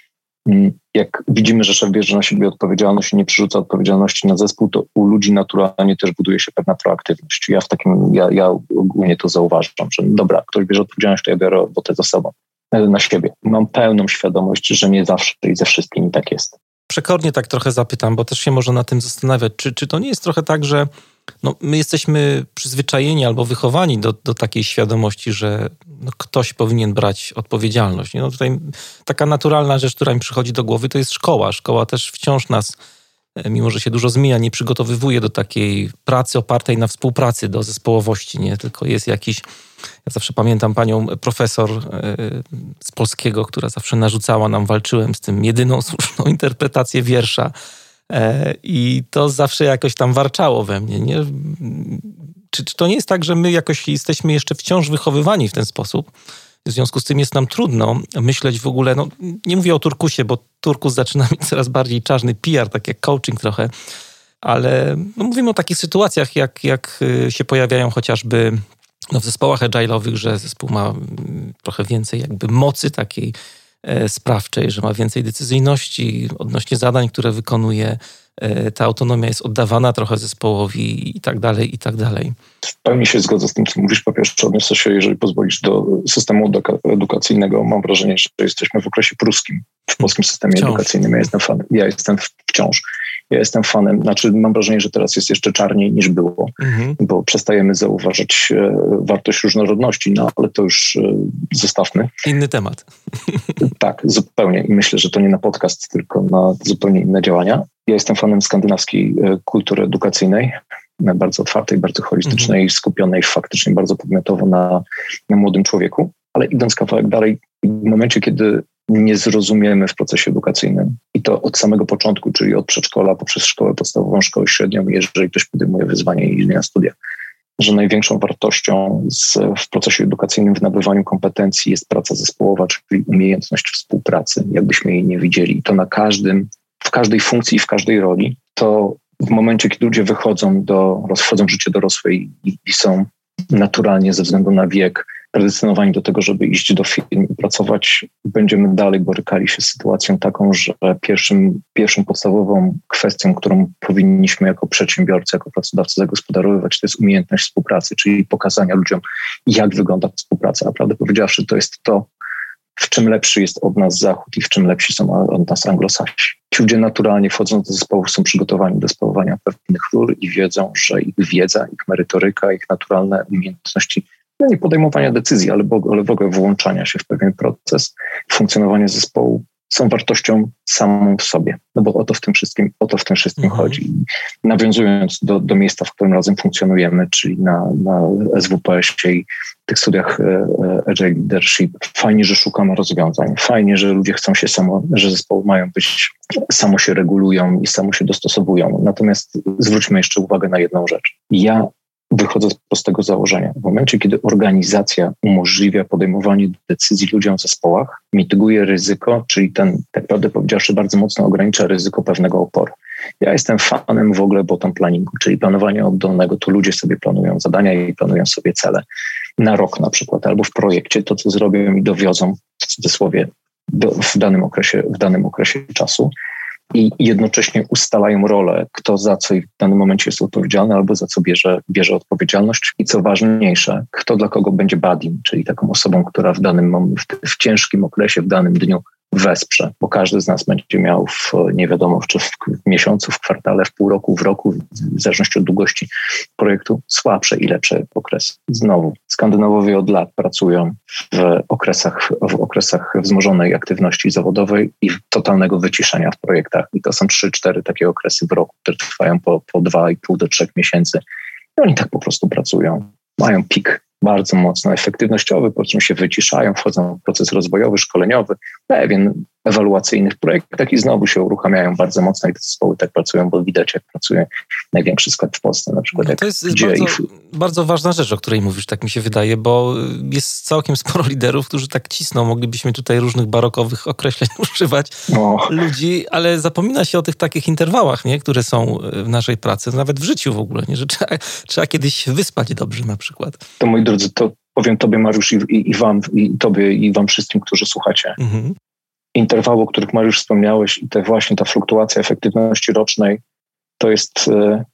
Jak widzimy, że szef bierze na siebie odpowiedzialność i nie przerzuca odpowiedzialności na zespół, to u ludzi naturalnie też buduje się pewna proaktywność. Ja w takim, ja, ja ogólnie to zauważam, że dobra, ktoś bierze odpowiedzialność, to ja biorę robotę za sobą, na siebie. Mam pełną świadomość, że nie zawsze i ze wszystkimi tak jest. Przekornie tak trochę zapytam, bo też się można na tym zastanawiać, czy, czy to nie jest trochę tak, że no, my jesteśmy przyzwyczajeni albo wychowani do, do takiej świadomości, że no, ktoś powinien brać odpowiedzialność. No, tutaj taka naturalna rzecz, która mi przychodzi do głowy, to jest szkoła. Szkoła też wciąż nas, mimo że się dużo zmienia, nie przygotowywuje do takiej pracy opartej na współpracy, do zespołowości, nie? Tylko jest jakiś... Ja zawsze pamiętam panią profesor z polskiego, która zawsze narzucała nam, walczyłem z tym, jedyną słuszną interpretację wiersza i to zawsze jakoś tam warczało we mnie, nie? Czy, czy to nie jest tak, że my jakoś jesteśmy jeszcze wciąż wychowywani w ten sposób? W związku z tym jest nam trudno myśleć w ogóle, no nie mówię o turkusie, bo turkus zaczyna mieć coraz bardziej czarny P R, tak jak coaching trochę, ale no, mówimy o takich sytuacjach, jak, jak się pojawiają chociażby no, w zespołach agile'owych, że zespół ma trochę więcej jakby mocy takiej e, sprawczej, że ma więcej decyzyjności odnośnie zadań, które wykonuje. E, ta autonomia jest oddawana trochę zespołowi i tak dalej, i tak dalej. W pełni się zgodzę z tym, co mówisz. Po pierwsze, odniosę się, jeżeli pozwolisz, do systemu edukacyjnego. Mam wrażenie, że jesteśmy w okresie pruskim, w polskim systemie Wciąż. edukacyjnym. Ja jestem fanem. Ja jestem wciąż. Ja jestem fanem, znaczy mam wrażenie, że teraz jest jeszcze czarniej niż było, mhm. bo przestajemy zauważać e, wartość różnorodności, no ale to już e, zostawmy. Inny temat. Tak, zupełnie. I myślę, że to nie na podcast, tylko na zupełnie inne działania. Ja jestem fanem skandynawskiej e, kultury edukacyjnej, bardzo otwartej, bardzo holistycznej, mhm. skupionej faktycznie bardzo podmiotowo na, na młodym człowieku. Ale idąc kawałek dalej, w momencie, kiedy nie zrozumiemy w procesie edukacyjnym i to od samego początku, czyli od przedszkola poprzez szkołę podstawową, szkołę średnią, jeżeli ktoś podejmuje wyzwanie i idzie na studia, że największą wartością z, w procesie edukacyjnym w nabywaniu kompetencji jest praca zespołowa, czyli umiejętność współpracy, jakbyśmy jej nie widzieli. I to na każdym, w każdej funkcji, w każdej roli, to w momencie, kiedy ludzie wychodzą do, wchodzą w życie dorosłe i, i są naturalnie ze względu na wiek predestynowani do tego, żeby iść do firm i pracować, będziemy dalej borykali się z sytuacją taką, że pierwszym, pierwszą podstawową kwestią, którą powinniśmy jako przedsiębiorcy, jako pracodawcy zagospodarowywać, to jest umiejętność współpracy, czyli pokazania ludziom, jak wygląda współpraca. A prawdę powiedziawszy, to jest to, w czym lepszy jest od nas Zachód i w czym lepsi są od nas Anglosasi. Ci ludzie naturalnie wchodząc do zespołów są przygotowani do sprawowania pewnych ról i wiedzą, że ich wiedza, ich merytoryka, ich naturalne umiejętności, no nie podejmowania decyzji, ale, ale w ogóle włączania się w pewien proces, funkcjonowania zespołu są wartością samą w sobie. No bo o to w tym wszystkim, o to w tym wszystkim mhm. chodzi. I nawiązując do, do miejsca, w którym razem funkcjonujemy, czyli na, na S W P S-ie i tych studiach Agile Leadership, fajnie, że szukamy rozwiązań. Fajnie, że ludzie chcą się samo, że zespoły mają być, samo się regulują i samo się dostosowują. Natomiast zwróćmy jeszcze uwagę na jedną rzecz. Ja wychodzę z prostego założenia. W momencie, kiedy organizacja umożliwia podejmowanie decyzji ludziom w zespołach, mityguje ryzyko, czyli ten, tak naprawdę powiedziawszy, bardzo mocno ogranicza ryzyko pewnego oporu. Ja jestem fanem w ogóle bottom planningu, czyli planowania oddolnego. Tu ludzie sobie planują zadania i planują sobie cele na rok na przykład, albo w projekcie to, co zrobią i dowiozą w cudzysłowie do, w danym okresie, w danym okresie czasu. I jednocześnie ustalają rolę, kto za co w danym momencie jest odpowiedzialny albo za co bierze, bierze odpowiedzialność. I co ważniejsze, kto dla kogo będzie buddying, czyli taką osobą, która w danym momencie, w, w ciężkim okresie, w danym dniu wesprze, bo każdy z nas będzie miał w, nie wiadomo, czy w miesiącu, w kwartale, w pół roku, w roku, w zależności od długości projektu, słabsze i lepsze okresy. Znowu, Skandynawowie od lat pracują w okresach, w okresach wzmożonej aktywności zawodowej i totalnego wyciszenia w projektach. I to są trzy, cztery takie okresy w roku, które trwają po, po dwa i pół do trzech miesięcy. I oni tak po prostu pracują. Mają pik bardzo mocno efektywnościowy, po czym się wyciszają, wchodzą w proces rozwojowy, szkoleniowy, pewien ewaluacyjny w projektach i znowu się uruchamiają bardzo mocno i te zespoły tak pracują, bo widać, jak pracuje największy skład w Polsce na przykład. No to jest bardzo, bardzo ważna rzecz, o której mówisz, tak mi się wydaje, bo jest całkiem sporo liderów, którzy tak cisną, moglibyśmy tutaj różnych barokowych określeń używać o. ludzi, ale zapomina się o tych takich interwałach, nie, które są w naszej pracy, nawet w życiu w ogóle, nie, że trzeba, trzeba kiedyś wyspać dobrze na przykład. To moi drodzy, to powiem tobie, Mariusz, i, i, i wam, i tobie, i wam wszystkim, którzy słuchacie. Mhm. Interwały, o których Mariusz wspomniałeś i te właśnie ta fluktuacja efektywności rocznej, to jest e,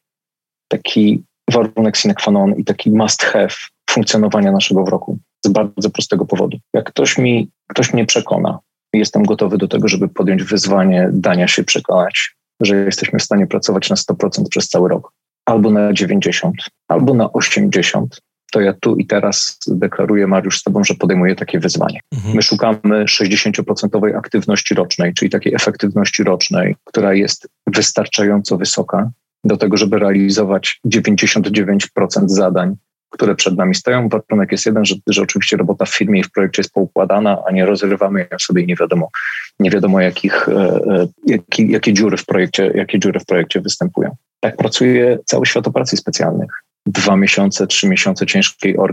taki warunek sine qua non i taki must have funkcjonowania naszego w roku. Z bardzo prostego powodu. Jak ktoś mi, ktoś mnie przekona, jestem gotowy do tego, żeby podjąć wyzwanie dania się przekonać, że jesteśmy w stanie pracować na sto procent przez cały rok, albo na dziewięćdziesiąt, albo na osiemdziesiąt, to ja tu i teraz deklaruję, Mariusz, z tobą, że podejmuję takie wyzwanie. Mhm. My szukamy sześćdziesięcioprocentowej aktywności rocznej, czyli takiej efektywności rocznej, która jest wystarczająco wysoka do tego, żeby realizować dziewięćdziesiąt dziewięć procent zadań, które przed nami stoją. Warunek jest jeden, że, że oczywiście robota w firmie i w projekcie jest poukładana, a nie rozrywamy ją sobie i nie wiadomo, nie wiadomo jakich, e, jakie, jakie, dziury w projekcie, jakie dziury w projekcie występują. Tak pracuje cały świat operacji specjalnych. Dwa miesiące, trzy miesiące ciężkiej orki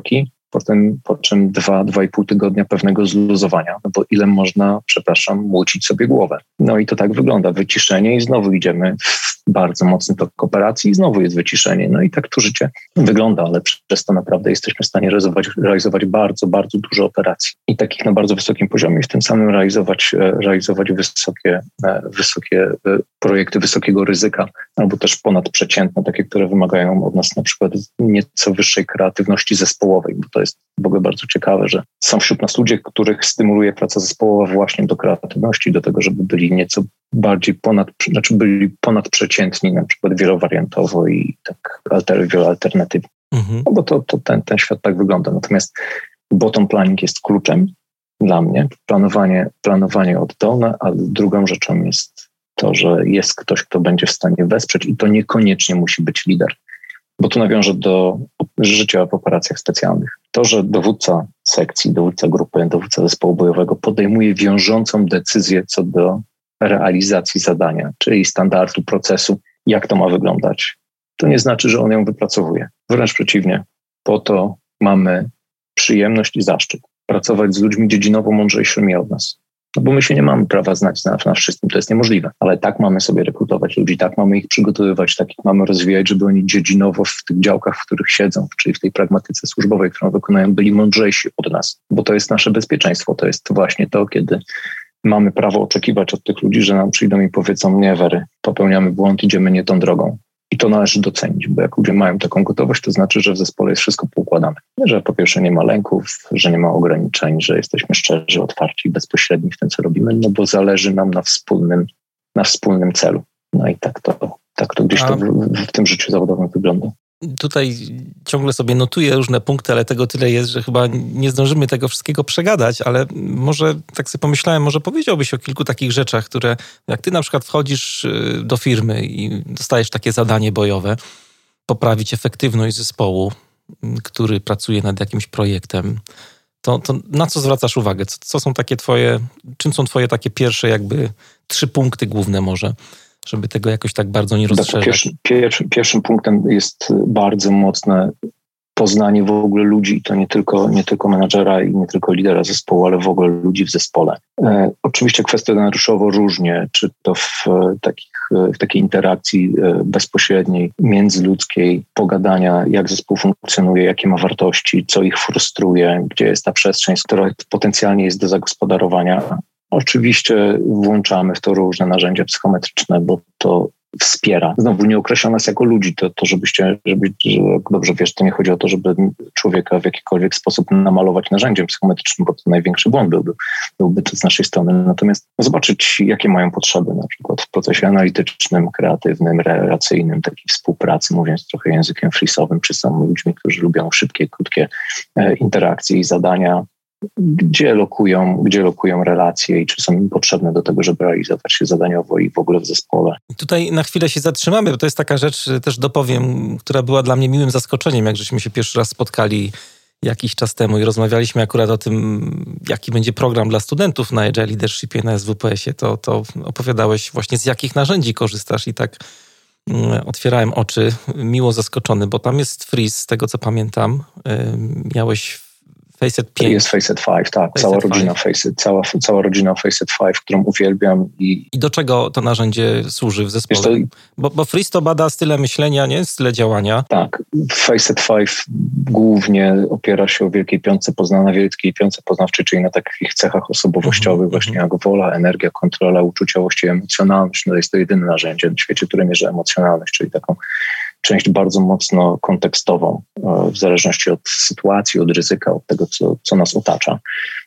potem po czym dwa, dwa i pół tygodnia pewnego zluzowania, no bo ile można, przepraszam, młócić sobie głowę. No i to tak wygląda, wyciszenie i znowu idziemy w bardzo mocny tok operacji i znowu jest wyciszenie. No i tak to życie wygląda, ale przez to naprawdę jesteśmy w stanie realizować, realizować bardzo, bardzo dużo operacji i takich na bardzo wysokim poziomie i w tym samym realizować, realizować wysokie, wysokie projekty wysokiego ryzyka albo też ponadprzeciętne, takie, które wymagają od nas na przykład nieco wyższej kreatywności zespołowej, bo to jest w ogóle bardzo ciekawe, że są wśród nas ludzie, których stymuluje praca zespołowa właśnie do kreatywności, do tego, żeby byli nieco bardziej ponad, znaczy byli ponadprzeciętni, na przykład wielowariantowo i tak alter, wieloalternatywnie. Mhm. No bo to, to ten, ten świat tak wygląda. Natomiast bottom planning jest kluczem dla mnie, planowanie, planowanie oddolne, a drugą rzeczą jest to, że jest ktoś, kto będzie w stanie wesprzeć i to niekoniecznie musi być lider. Bo tu nawiążę do życia w operacjach specjalnych. To, że dowódca sekcji, dowódca grupy, dowódca zespołu bojowego podejmuje wiążącą decyzję co do realizacji zadania, czyli standardu, procesu, jak to ma wyglądać, to nie znaczy, że on ją wypracowuje. Wręcz przeciwnie. Po to mamy przyjemność i zaszczyt pracować z ludźmi dziedzinowo mądrzejszymi od nas. No bo my się nie mamy prawa znać na, na wszystkim, to jest niemożliwe. Ale tak mamy sobie rekrutować ludzi, tak mamy ich przygotowywać, tak ich mamy rozwijać, żeby oni dziedzinowo w tych działkach, w których siedzą, czyli w tej pragmatyce służbowej, którą wykonują, byli mądrzejsi od nas. Bo to jest nasze bezpieczeństwo. To jest właśnie to, kiedy mamy prawo oczekiwać od tych ludzi, że nam przyjdą i powiedzą: nie, Wery, popełniamy błąd, idziemy nie tą drogą. I to należy docenić, bo jak ludzie mają taką gotowość, to znaczy, że w zespole jest wszystko poukładane. Że po pierwsze nie ma lęków, że nie ma ograniczeń, że jesteśmy szczerzy, otwarci i bezpośredni w tym, co robimy, no bo zależy nam na wspólnym, na wspólnym celu. No i tak to, tak to gdzieś to w, w tym życiu zawodowym wygląda. Tutaj ciągle sobie notuję różne punkty, ale tego tyle jest, że chyba nie zdążymy tego wszystkiego przegadać, ale może tak sobie pomyślałem, może powiedziałbyś o kilku takich rzeczach, które jak ty na przykład wchodzisz do firmy i dostajesz takie zadanie bojowe, poprawić efektywność zespołu, który pracuje nad jakimś projektem, to, to na co zwracasz uwagę? Co, co są takie twoje, czym są twoje takie pierwsze jakby trzy punkty główne może? Żeby tego jakoś tak bardzo nie rozszerzać. Pierwszy, pierwszy, pierwszym punktem jest bardzo mocne poznanie w ogóle ludzi i to nie tylko, nie tylko menadżera i nie tylko lidera zespołu, ale w ogóle ludzi w zespole. E, oczywiście kwestionariuszowo różnie, czy to w, takich, w takiej interakcji bezpośredniej, międzyludzkiej, pogadania, jak zespół funkcjonuje, jakie ma wartości, co ich frustruje, gdzie jest ta przestrzeń, która potencjalnie jest do zagospodarowania. Oczywiście włączamy w to różne narzędzia psychometryczne, bo to wspiera. Znowu nie określa nas jako ludzi, to, to żebyście, żeby, że, dobrze wiesz, to nie chodzi o to, żeby człowieka w jakikolwiek sposób namalować narzędziem psychometrycznym, bo to największy błąd byłby, byłby to z naszej strony. Natomiast zobaczyć, jakie mają potrzeby, na przykład w procesie analitycznym, kreatywnym, relacyjnym, takiej współpracy, mówiąc trochę językiem frisowym, czy są ludźmi, którzy lubią szybkie, krótkie e, interakcje i zadania, gdzie lokują, gdzie lokują relacje i czy są im potrzebne do tego, żeby realizować się zadaniowo i w ogóle w zespole. Tutaj na chwilę się zatrzymamy, bo to jest taka rzecz, też dopowiem, która była dla mnie miłym zaskoczeniem, jak żeśmy się pierwszy raz spotkali jakiś czas temu i rozmawialiśmy akurat o tym, jaki będzie program dla studentów na Agile Leadershipie na S W P S-ie, to, to opowiadałeś właśnie, z jakich narzędzi korzystasz i tak otwierałem oczy, miło zaskoczony, bo tam jest Freeze, z tego co pamiętam, miałeś Faceit pięć. Jest Faceit pięć, tak. Faceit cała rodzina Faceit, cała, cała rodzina Faceit pięć, którą uwielbiam. I, I do czego to narzędzie służy w zespole? To, bo, bo Freeze to bada style myślenia, nie? Style działania. Tak. Faceit pięć głównie opiera się o Wielkiej Piątce Poznania, na Wielkiej Piątce Poznawczej, czyli na takich cechach osobowościowych, mm-hmm. właśnie jak wola, energia, kontrola, uczuciowość i emocjonalność. No jest to jedyne narzędzie w świecie, które mierzy emocjonalność, czyli taką część bardzo mocno kontekstową, w zależności od sytuacji, od ryzyka, od tego, co, co nas otacza.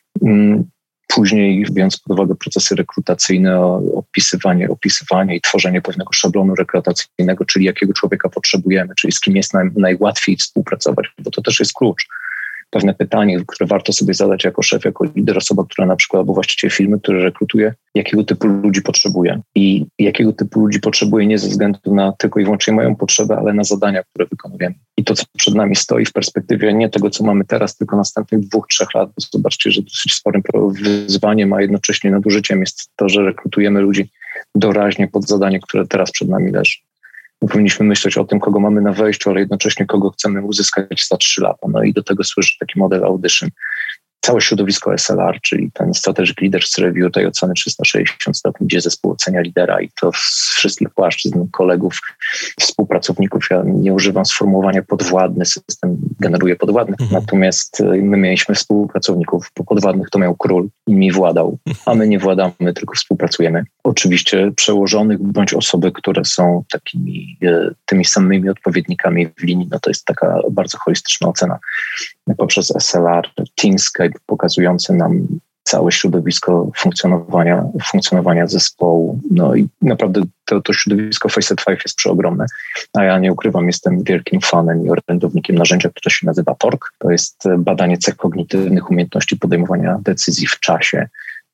Później, biorąc pod uwagę procesy rekrutacyjne, opisywanie, opisywanie i tworzenie pewnego szablonu rekrutacyjnego, czyli jakiego człowieka potrzebujemy, czyli z kim jest nam najłatwiej współpracować, bo to też jest klucz. Pewne pytanie, które warto sobie zadać jako szef, jako lider, osoba, która na przykład, albo właściciel firmy, który rekrutuje, jakiego typu ludzi potrzebuje. I jakiego typu ludzi potrzebuje nie ze względu na tylko i wyłącznie moją potrzebę, ale na zadania, które wykonujemy. I to, co przed nami stoi w perspektywie nie tego, co mamy teraz, tylko następnych dwóch, trzech lat. Bo zobaczcie, że dosyć sporym wyzwaniem, a jednocześnie nadużyciem jest to, że rekrutujemy ludzi doraźnie pod zadanie, które teraz przed nami leży. Powinniśmy myśleć o tym, kogo mamy na wejściu, ale jednocześnie kogo chcemy uzyskać za trzy lata. No i do tego służy taki model Audition. Całe środowisko S L R, czyli ten Strategic Leaders Review, tej oceny trzysta sześćdziesiąt stopni, gdzie zespół ocenia lidera i to z wszystkich płaszczyzn, kolegów, współpracowników. Ja nie używam sformułowania podwładny, system generuje podwładnych, mhm. natomiast my mieliśmy współpracowników, bo podwładnych to miał król i mi władał, a my nie władamy, tylko współpracujemy. Oczywiście przełożonych bądź osoby, które są takimi tymi samymi odpowiednikami w linii, no to jest taka bardzo holistyczna ocena poprzez S L R, Teamscape pokazujący nam całe środowisko funkcjonowania, funkcjonowania zespołu. No i naprawdę to, to środowisko Faceit pięć jest przeogromne, a ja nie ukrywam, jestem wielkim fanem i orędownikiem narzędzia, które się nazywa T O R K. To jest badanie cech kognitywnych, umiejętności podejmowania decyzji w czasie.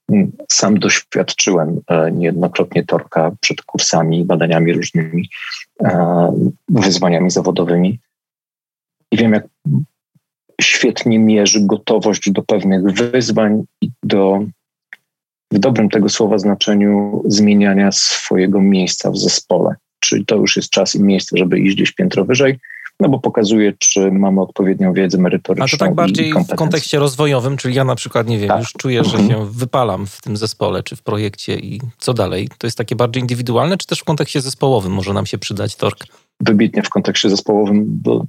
Sam doświadczyłem niejednokrotnie T O R K przed kursami, badaniami różnymi, wyzwaniami zawodowymi i wiem, jak świetnie mierzy gotowość do pewnych wyzwań i do, w dobrym tego słowa znaczeniu, zmieniania swojego miejsca w zespole. Czyli to już jest czas i miejsce, żeby iść gdzieś piętro wyżej, no bo pokazuje, czy mamy odpowiednią wiedzę merytoryczną. A to tak bardziej w kontekście rozwojowym, czyli ja na przykład, nie wiem, tak. już czuję, że się wypalam w tym zespole, czy w projekcie i co dalej? To jest takie bardziej indywidualne, czy też w kontekście zespołowym może nam się przydać T O R K? Wybitnie w kontekście zespołowym, bo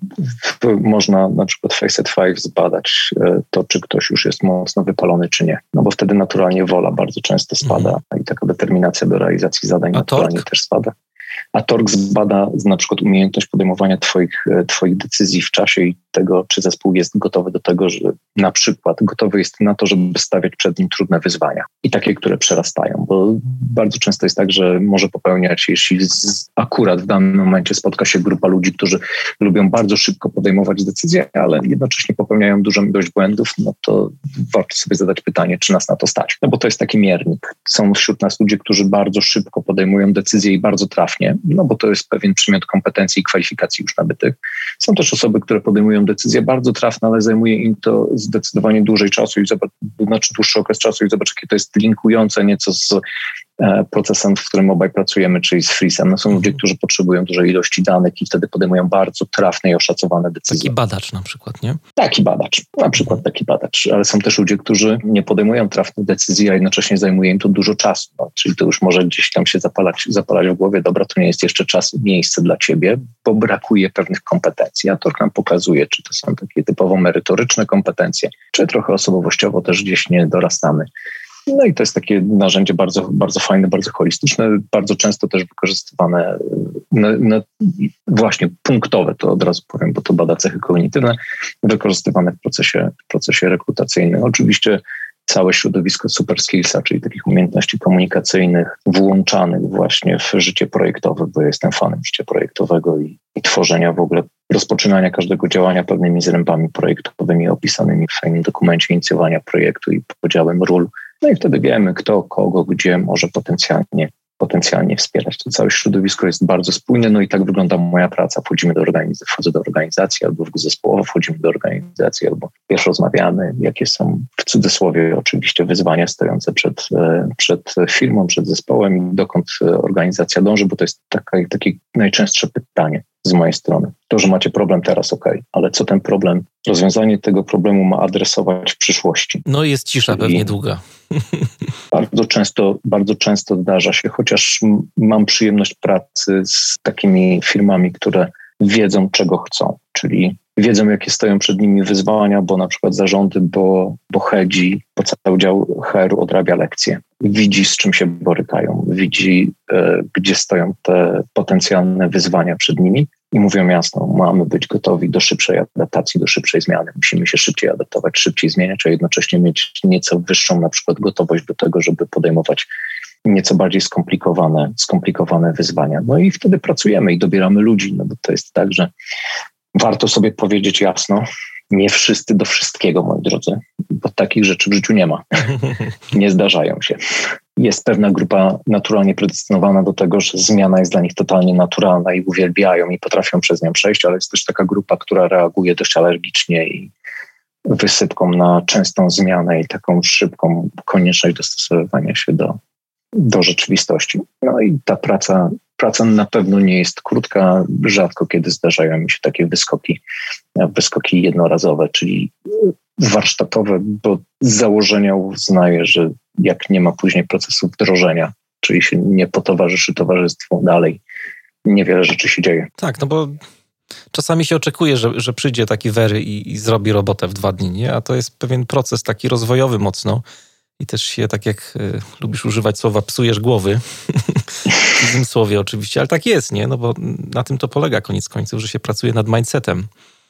można na przykład Faceit pięć zbadać to, czy ktoś już jest mocno wypalony, czy nie. No bo wtedy naturalnie wola bardzo często spada mm. i taka determinacja do realizacji zadań A naturalnie T O R K? Też spada. A T O R K zbada na przykład umiejętność podejmowania twoich, twoich decyzji w czasie i tego, czy zespół jest gotowy do tego, że na przykład gotowy jest na to, żeby stawiać przed nim trudne wyzwania i takie, które przerastają, bo bardzo często jest tak, że może popełniać, jeśli z, akurat w danym momencie spotka się grupa ludzi, którzy lubią bardzo szybko podejmować decyzje, ale jednocześnie popełniają dużą ilość błędów, no to warto sobie zadać pytanie, czy nas na to stać. No bo to jest taki miernik. Są wśród nas ludzie, którzy bardzo szybko podejmują decyzje i bardzo trafnie, no bo to jest pewien przymiot kompetencji i kwalifikacji już nabytych. Są też osoby, które podejmują decyzje bardzo trafne, ale zajmuje im to zdecydowanie dłużej czasu i zobacz, znaczy dłuższy okres czasu i zobacz, jakie to jest linkujące nieco z procesem, w którym obaj pracujemy, czyli z Freesem. No są ludzie, którzy potrzebują dużej ilości danych i wtedy podejmują bardzo trafne i oszacowane decyzje. Taki badacz na przykład, nie? Taki badacz, na przykład taki badacz, ale są też ludzie, którzy nie podejmują trafnych decyzji, a jednocześnie zajmuje im to dużo czasu. No, czyli to już może gdzieś tam się zapalać, zapalać w głowie, dobra, to nie jest jeszcze czas i miejsce dla ciebie, bo brakuje pewnych kompetencji. A to nam pokazuje, czy to są takie typowo merytoryczne kompetencje, czy trochę osobowościowo też gdzieś nie dorastamy. No i to jest takie narzędzie bardzo, bardzo fajne, bardzo holistyczne, bardzo często też wykorzystywane na, na właśnie punktowe, to od razu powiem, bo to bada cechy kognitywne, wykorzystywane w procesie, w procesie rekrutacyjnym. Oczywiście całe środowisko super skillsa, czyli takich umiejętności komunikacyjnych włączanych właśnie w życie projektowe, bo ja jestem fanem życia projektowego i, i tworzenia w ogóle, rozpoczynania każdego działania pewnymi zrębami projektowymi opisanymi w fajnym dokumencie inicjowania projektu i podziałem ról. No i wtedy wiemy, kto, kogo, gdzie może potencjalnie, potencjalnie wspierać. To całe środowisko jest bardzo spójne, no i tak wygląda moja praca. Wchodzimy do organizacji, wchodzę do organizacji albo w zespołowo wchodzimy do organizacji, albo pierwszy rozmawiamy, jakie są w cudzysłowie oczywiście wyzwania stojące przed, przed firmą, przed zespołem i dokąd organizacja dąży, bo to jest takie, takie najczęstsze pytanie z mojej strony. To, że macie problem teraz, okej, okay, ale co ten problem, rozwiązanie tego problemu ma adresować w przyszłości? No jest cisza Czyli pewnie długa. Bardzo często, bardzo często zdarza się, chociaż mam przyjemność pracy z takimi firmami, które wiedzą, czego chcą, czyli wiedzą, jakie stoją przed nimi wyzwania, bo na przykład zarządy, bo, bo hedzi, bo cały dział H R odrabia lekcje. Widzi, z czym się borykają, widzi, e, gdzie stoją te potencjalne wyzwania przed nimi i mówią jasno, mamy być gotowi do szybszej adaptacji, do szybszej zmiany. Musimy się szybciej adaptować, szybciej zmieniać, a jednocześnie mieć nieco wyższą na przykład gotowość do tego, żeby podejmować nieco bardziej skomplikowane, skomplikowane wyzwania. No i wtedy pracujemy i dobieramy ludzi, no bo to jest tak, że warto sobie powiedzieć jasno, nie wszyscy do wszystkiego, moi drodzy, bo takich rzeczy w życiu nie ma. Nie zdarzają się. Jest pewna grupa naturalnie predestynowana do tego, że zmiana jest dla nich totalnie naturalna i uwielbiają i potrafią przez nią przejść, ale jest też taka grupa, która reaguje dość alergicznie i wysypką na częstą zmianę i taką szybką konieczność dostosowywania się do, do rzeczywistości. No i ta praca praca na pewno nie jest krótka. Rzadko kiedy zdarzają mi się takie wyskoki, wyskoki jednorazowe, czyli warsztatowe, bo z założenia uznaję, że jak nie ma później procesu wdrożenia, czyli się nie potowarzyszy towarzystwu dalej, niewiele rzeczy się dzieje. Tak, no bo czasami się oczekuje, że, że przyjdzie taki Wery i, i zrobi robotę w dwa dni, nie? A to jest pewien proces taki rozwojowy mocno i też się, tak jak y, lubisz używać słowa, psujesz głowy, w tym słowie oczywiście, ale tak jest, nie? No bo na tym to polega koniec końców, że się pracuje nad mindsetem.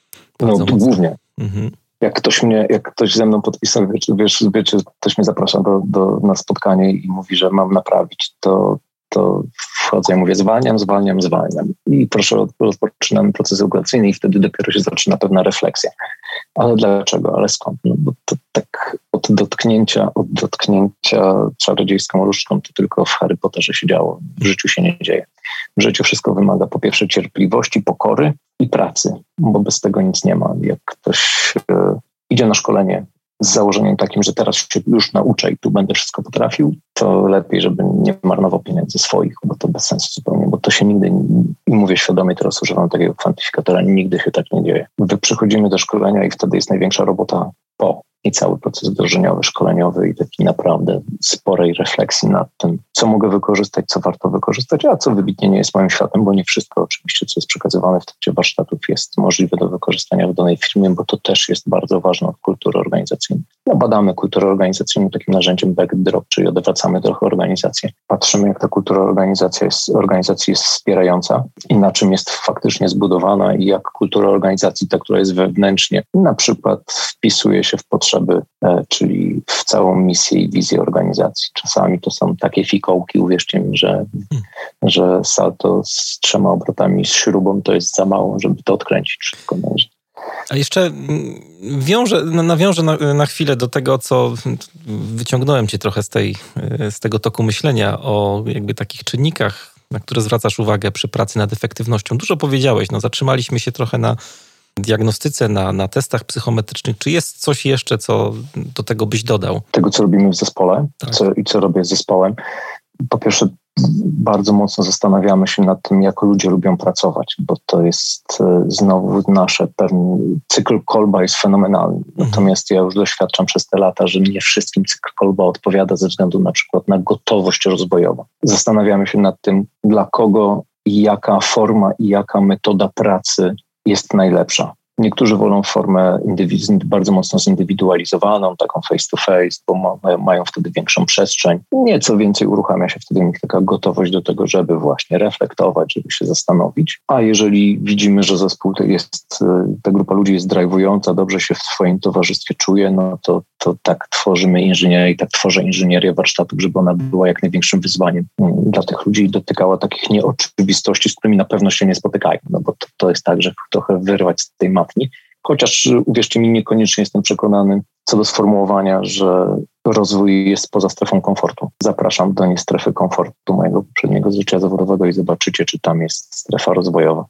No to głównie. Mhm. Jak ktoś mnie, jak ktoś ze mną podpisał, wiesz, wiecie, ktoś mnie zaprasza do, do, na spotkanie i mówi, że mam naprawić, to to wchodzę i mówię zwalniam, zwalniam, zwalniam. I proszę, rozpoczynamy proces regulacyjny i wtedy dopiero się zaczyna pewna refleksja. Ale dlaczego? Ale skąd? No bo to tak od dotknięcia, od dotknięcia czarodziejską różdżką to tylko w Harry Potterze się działo. W życiu się nie dzieje. W życiu wszystko wymaga po pierwsze cierpliwości, pokory i pracy, bo bez tego nic nie ma. Jak ktoś e, idzie na szkolenie z założeniem takim, że teraz się już nauczę i tu będę wszystko potrafił, to lepiej, żeby nie marnował pieniędzy swoich, bo to bez sensu zupełnie, bo to się nigdy, i mówię świadomie, teraz używam takiego kwantyfikatora, nigdy się tak nie dzieje. Wy przychodzimy do szkolenia i wtedy jest największa robota po i cały proces wdrożeniowy, szkoleniowy i taki naprawdę sporej refleksji nad tym, co mogę wykorzystać, co warto wykorzystać, a co wybitnie nie jest moim światem, bo nie wszystko oczywiście, co jest przekazywane w trakcie warsztatów jest możliwe do wykorzystania w danej firmie, bo to też jest bardzo ważne od kultury organizacyjnej. No, badamy kulturę organizacyjną takim narzędziem backdrop, czyli odwracamy trochę organizację. Patrzymy, jak ta kultura organizacja jest, organizacji jest wspierająca i na czym jest faktycznie zbudowana i jak kultura organizacji, ta, która jest wewnętrznie, na przykład wpisuje się w potrzeby, e, czyli w całą misję i wizję organizacji. Czasami to są takie fikołki, uwierzcie mi, że, hmm. że salto z trzema obrotami z śrubą to jest za mało, żeby to odkręcić wszystko. A jeszcze wiążę, nawiążę na, na chwilę do tego, co wyciągnąłem cię trochę z, tej, z tego toku myślenia o jakby takich czynnikach, na które zwracasz uwagę przy pracy nad efektywnością. Dużo powiedziałeś, no zatrzymaliśmy się trochę na diagnostyce, na, na testach psychometrycznych. Czy jest coś jeszcze, co do tego byś dodał? Tego, co robimy w zespole, tak. co, i co robię z zespołem. Po pierwsze, bardzo mocno zastanawiamy się nad tym, jak ludzie lubią pracować, bo to jest znowu nasze pewien cykl Kolba jest fenomenalny. Mhm. Natomiast ja już doświadczam przez te lata, że nie wszystkim cykl Kolba odpowiada ze względu na przykład na gotowość rozwojową. Zastanawiamy się nad tym, dla kogo i jaka forma i jaka metoda pracy jest najlepsza. Niektórzy wolą formę indywidu- bardzo mocno zindywidualizowaną, taką face to face, bo ma, mają wtedy większą przestrzeń. Nieco więcej uruchamia się wtedy ich taka gotowość do tego, żeby właśnie reflektować, żeby się zastanowić. A jeżeli widzimy, że zespół to jest, ta grupa ludzi jest drive'ująca, dobrze się w swoim towarzystwie czuje, no to, to tak tworzymy inżynierię i tak tworzę inżynierię warsztatów, żeby ona była jak największym wyzwaniem dla tych ludzi i dotykała takich nieoczywistości, z którymi na pewno się nie spotykają, no bo to, to jest tak, że trochę wyrwać z tej mapy. Chociaż uwierzcie mi, niekoniecznie jestem przekonany co do sformułowania, że rozwój jest poza strefą komfortu. Zapraszam do niej strefy komfortu mojego poprzedniego życia zawodowego i zobaczycie, czy tam jest strefa rozwojowa.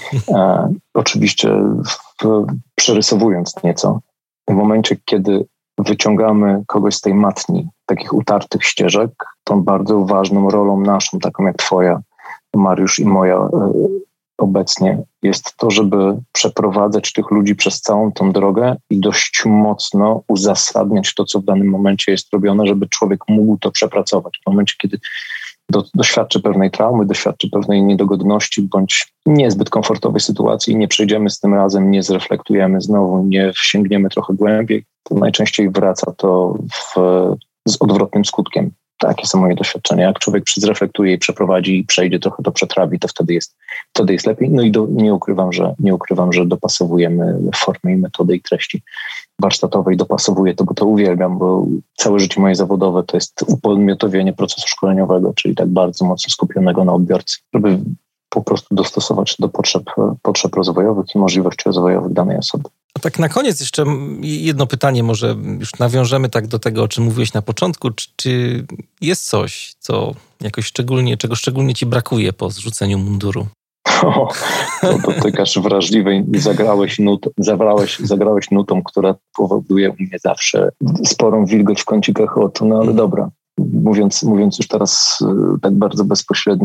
E, oczywiście w, przerysowując nieco, w momencie, kiedy wyciągamy kogoś z tej matni, takich utartych ścieżek, tą bardzo ważną rolą naszą, taką jak twoja, Mariusz, i moja e, obecnie jest to, żeby przeprowadzać tych ludzi przez całą tą drogę i dość mocno uzasadniać to, co w danym momencie jest robione, żeby człowiek mógł to przepracować. W momencie, kiedy do, doświadczy pewnej traumy, doświadczy pewnej niedogodności bądź niezbyt komfortowej sytuacji i nie przejdziemy z tym razem, nie zreflektujemy znowu, nie sięgniemy trochę głębiej, to najczęściej wraca to w, z odwrotnym skutkiem. Takie są moje doświadczenia. Jak człowiek zreflektuje i przeprowadzi i przejdzie trochę, to przetrawi, to wtedy jest, wtedy jest lepiej. No i do, nie ukrywam, że nie ukrywam, że dopasowujemy formę i metody i treści warsztatowej. Dopasowuję to, bo to uwielbiam, bo całe życie moje zawodowe to jest upodmiotowienie procesu szkoleniowego, czyli tak bardzo mocno skupionego na odbiorcy, żeby po prostu dostosować do potrzeb, potrzeb rozwojowych i możliwości rozwojowych danej osoby. A tak na koniec jeszcze jedno pytanie, może już nawiążemy tak do tego, o czym mówiłeś na początku. Czy, czy jest coś, co jakoś szczególnie, czego szczególnie ci brakuje po zrzuceniu munduru? O, to dotykasz wrażliwej i zagrałeś, nut, zagrałeś, zagrałeś nutą, która powoduje u mnie zawsze sporą wilgoć w kącikach oczu, no ale dobra. Mówiąc, mówiąc już teraz tak bardzo bezpośrednio,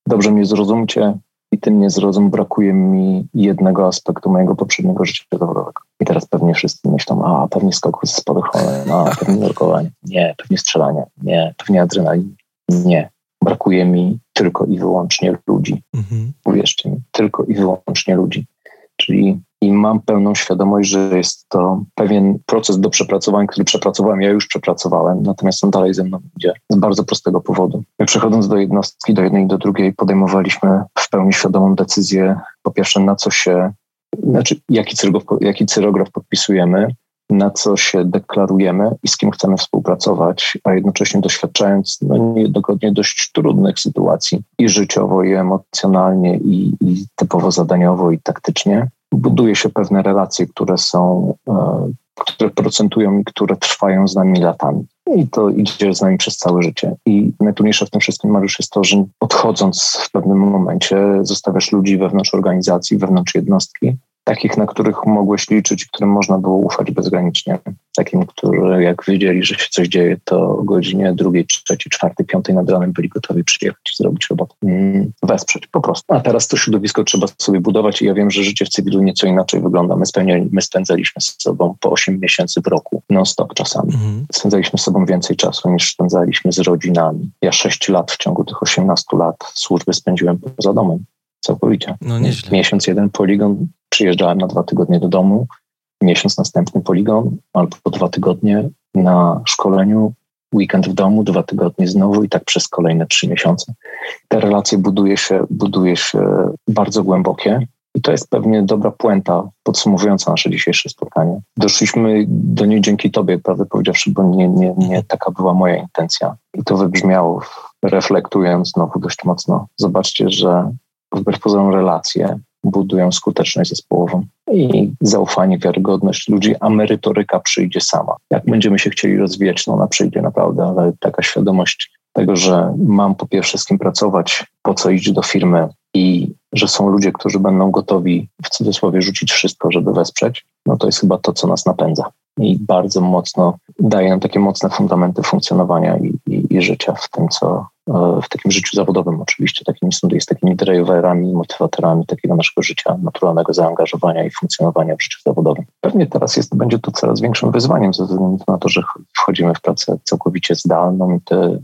dobrze mnie zrozumcie i ty mnie zrozum, brakuje mi jednego aspektu mojego poprzedniego życia zawodowego. I teraz pewnie wszyscy myślą, a pewnie skok z spadochronem, a pewnie nurkowanie, nie, pewnie strzelanie, nie, pewnie adrenalin, nie. Brakuje mi tylko i wyłącznie ludzi. Mhm. Uwierzcie mi, tylko i wyłącznie ludzi. Czyli i mam pełną świadomość, że jest to pewien proces do przepracowania, który przepracowałem, ja już przepracowałem, natomiast on dalej ze mną idzie. Z bardzo prostego powodu. My przechodząc do jednostki, do jednej i do drugiej, podejmowaliśmy w pełni świadomą decyzję, po pierwsze na co się, znaczy jaki cyrograf, jaki cyrograf podpisujemy, na co się deklarujemy i z kim chcemy współpracować, a jednocześnie doświadczając no, niejednokrotnie dość trudnych sytuacji i życiowo, i emocjonalnie, i, i typowo zadaniowo, i taktycznie, buduje się pewne relacje, które są, e, które procentują i które trwają z nami latami. I to idzie z nami przez całe życie. I najtrudniejsze w tym wszystkim, Mariusz, jest to, że odchodząc w pewnym momencie zostawiasz ludzi wewnątrz organizacji, wewnątrz jednostki, takich, na których mogłeś liczyć, którym można było ufać bezgranicznie. Takim, którzy jak wiedzieli, że się coś dzieje, to o godzinie drugiej, trzeciej, czwartej, piątej nad ranem byli gotowi przyjechać i zrobić robotę. Mm, wesprzeć po prostu. A teraz to środowisko trzeba sobie budować i ja wiem, że życie w cywilu nieco inaczej wygląda. My, spełniali, my spędzaliśmy z sobą po osiem miesięcy w roku, non-stop czasami. Mhm. Spędzaliśmy z sobą więcej czasu niż spędzaliśmy z rodzinami. Ja sześć lat w ciągu tych osiemnastu lat służby spędziłem poza domem. Całkowicie. No nieźle. Miesiąc jeden poligon, przyjeżdżałem na dwa tygodnie do domu, miesiąc następny poligon, albo po dwa tygodnie na szkoleniu, weekend w domu, dwa tygodnie znowu i tak przez kolejne trzy miesiące. Te relacje buduje się, buduje się bardzo głębokie i to jest pewnie dobra puenta podsumowująca nasze dzisiejsze spotkanie. Doszliśmy do niej dzięki tobie, prawdę powiedziawszy, bo nie, nie, nie taka była moja intencja. I to wybrzmiało, reflektując znowu dość mocno. Zobaczcie, że wbrew pozorom relacje budują skuteczność zespołową i zaufanie, wiarygodność ludzi, a merytoryka przyjdzie sama. Jak będziemy się chcieli rozwijać, no ona przyjdzie naprawdę, ale taka świadomość tego, że mam po pierwsze z kim pracować, po co iść do firmy i że są ludzie, którzy będą gotowi w cudzysłowie rzucić wszystko, żeby wesprzeć, no to jest chyba to, co nas napędza. I bardzo mocno daje nam takie mocne fundamenty funkcjonowania i, i, i życia w tym, co w takim życiu zawodowym oczywiście, takimi są, jest takimi driverami, motywatorami takiego naszego życia, naturalnego zaangażowania i funkcjonowania w życiu zawodowym. Pewnie teraz jest, będzie to coraz większym wyzwaniem ze względu na to, że wchodzimy w pracę całkowicie zdalną i te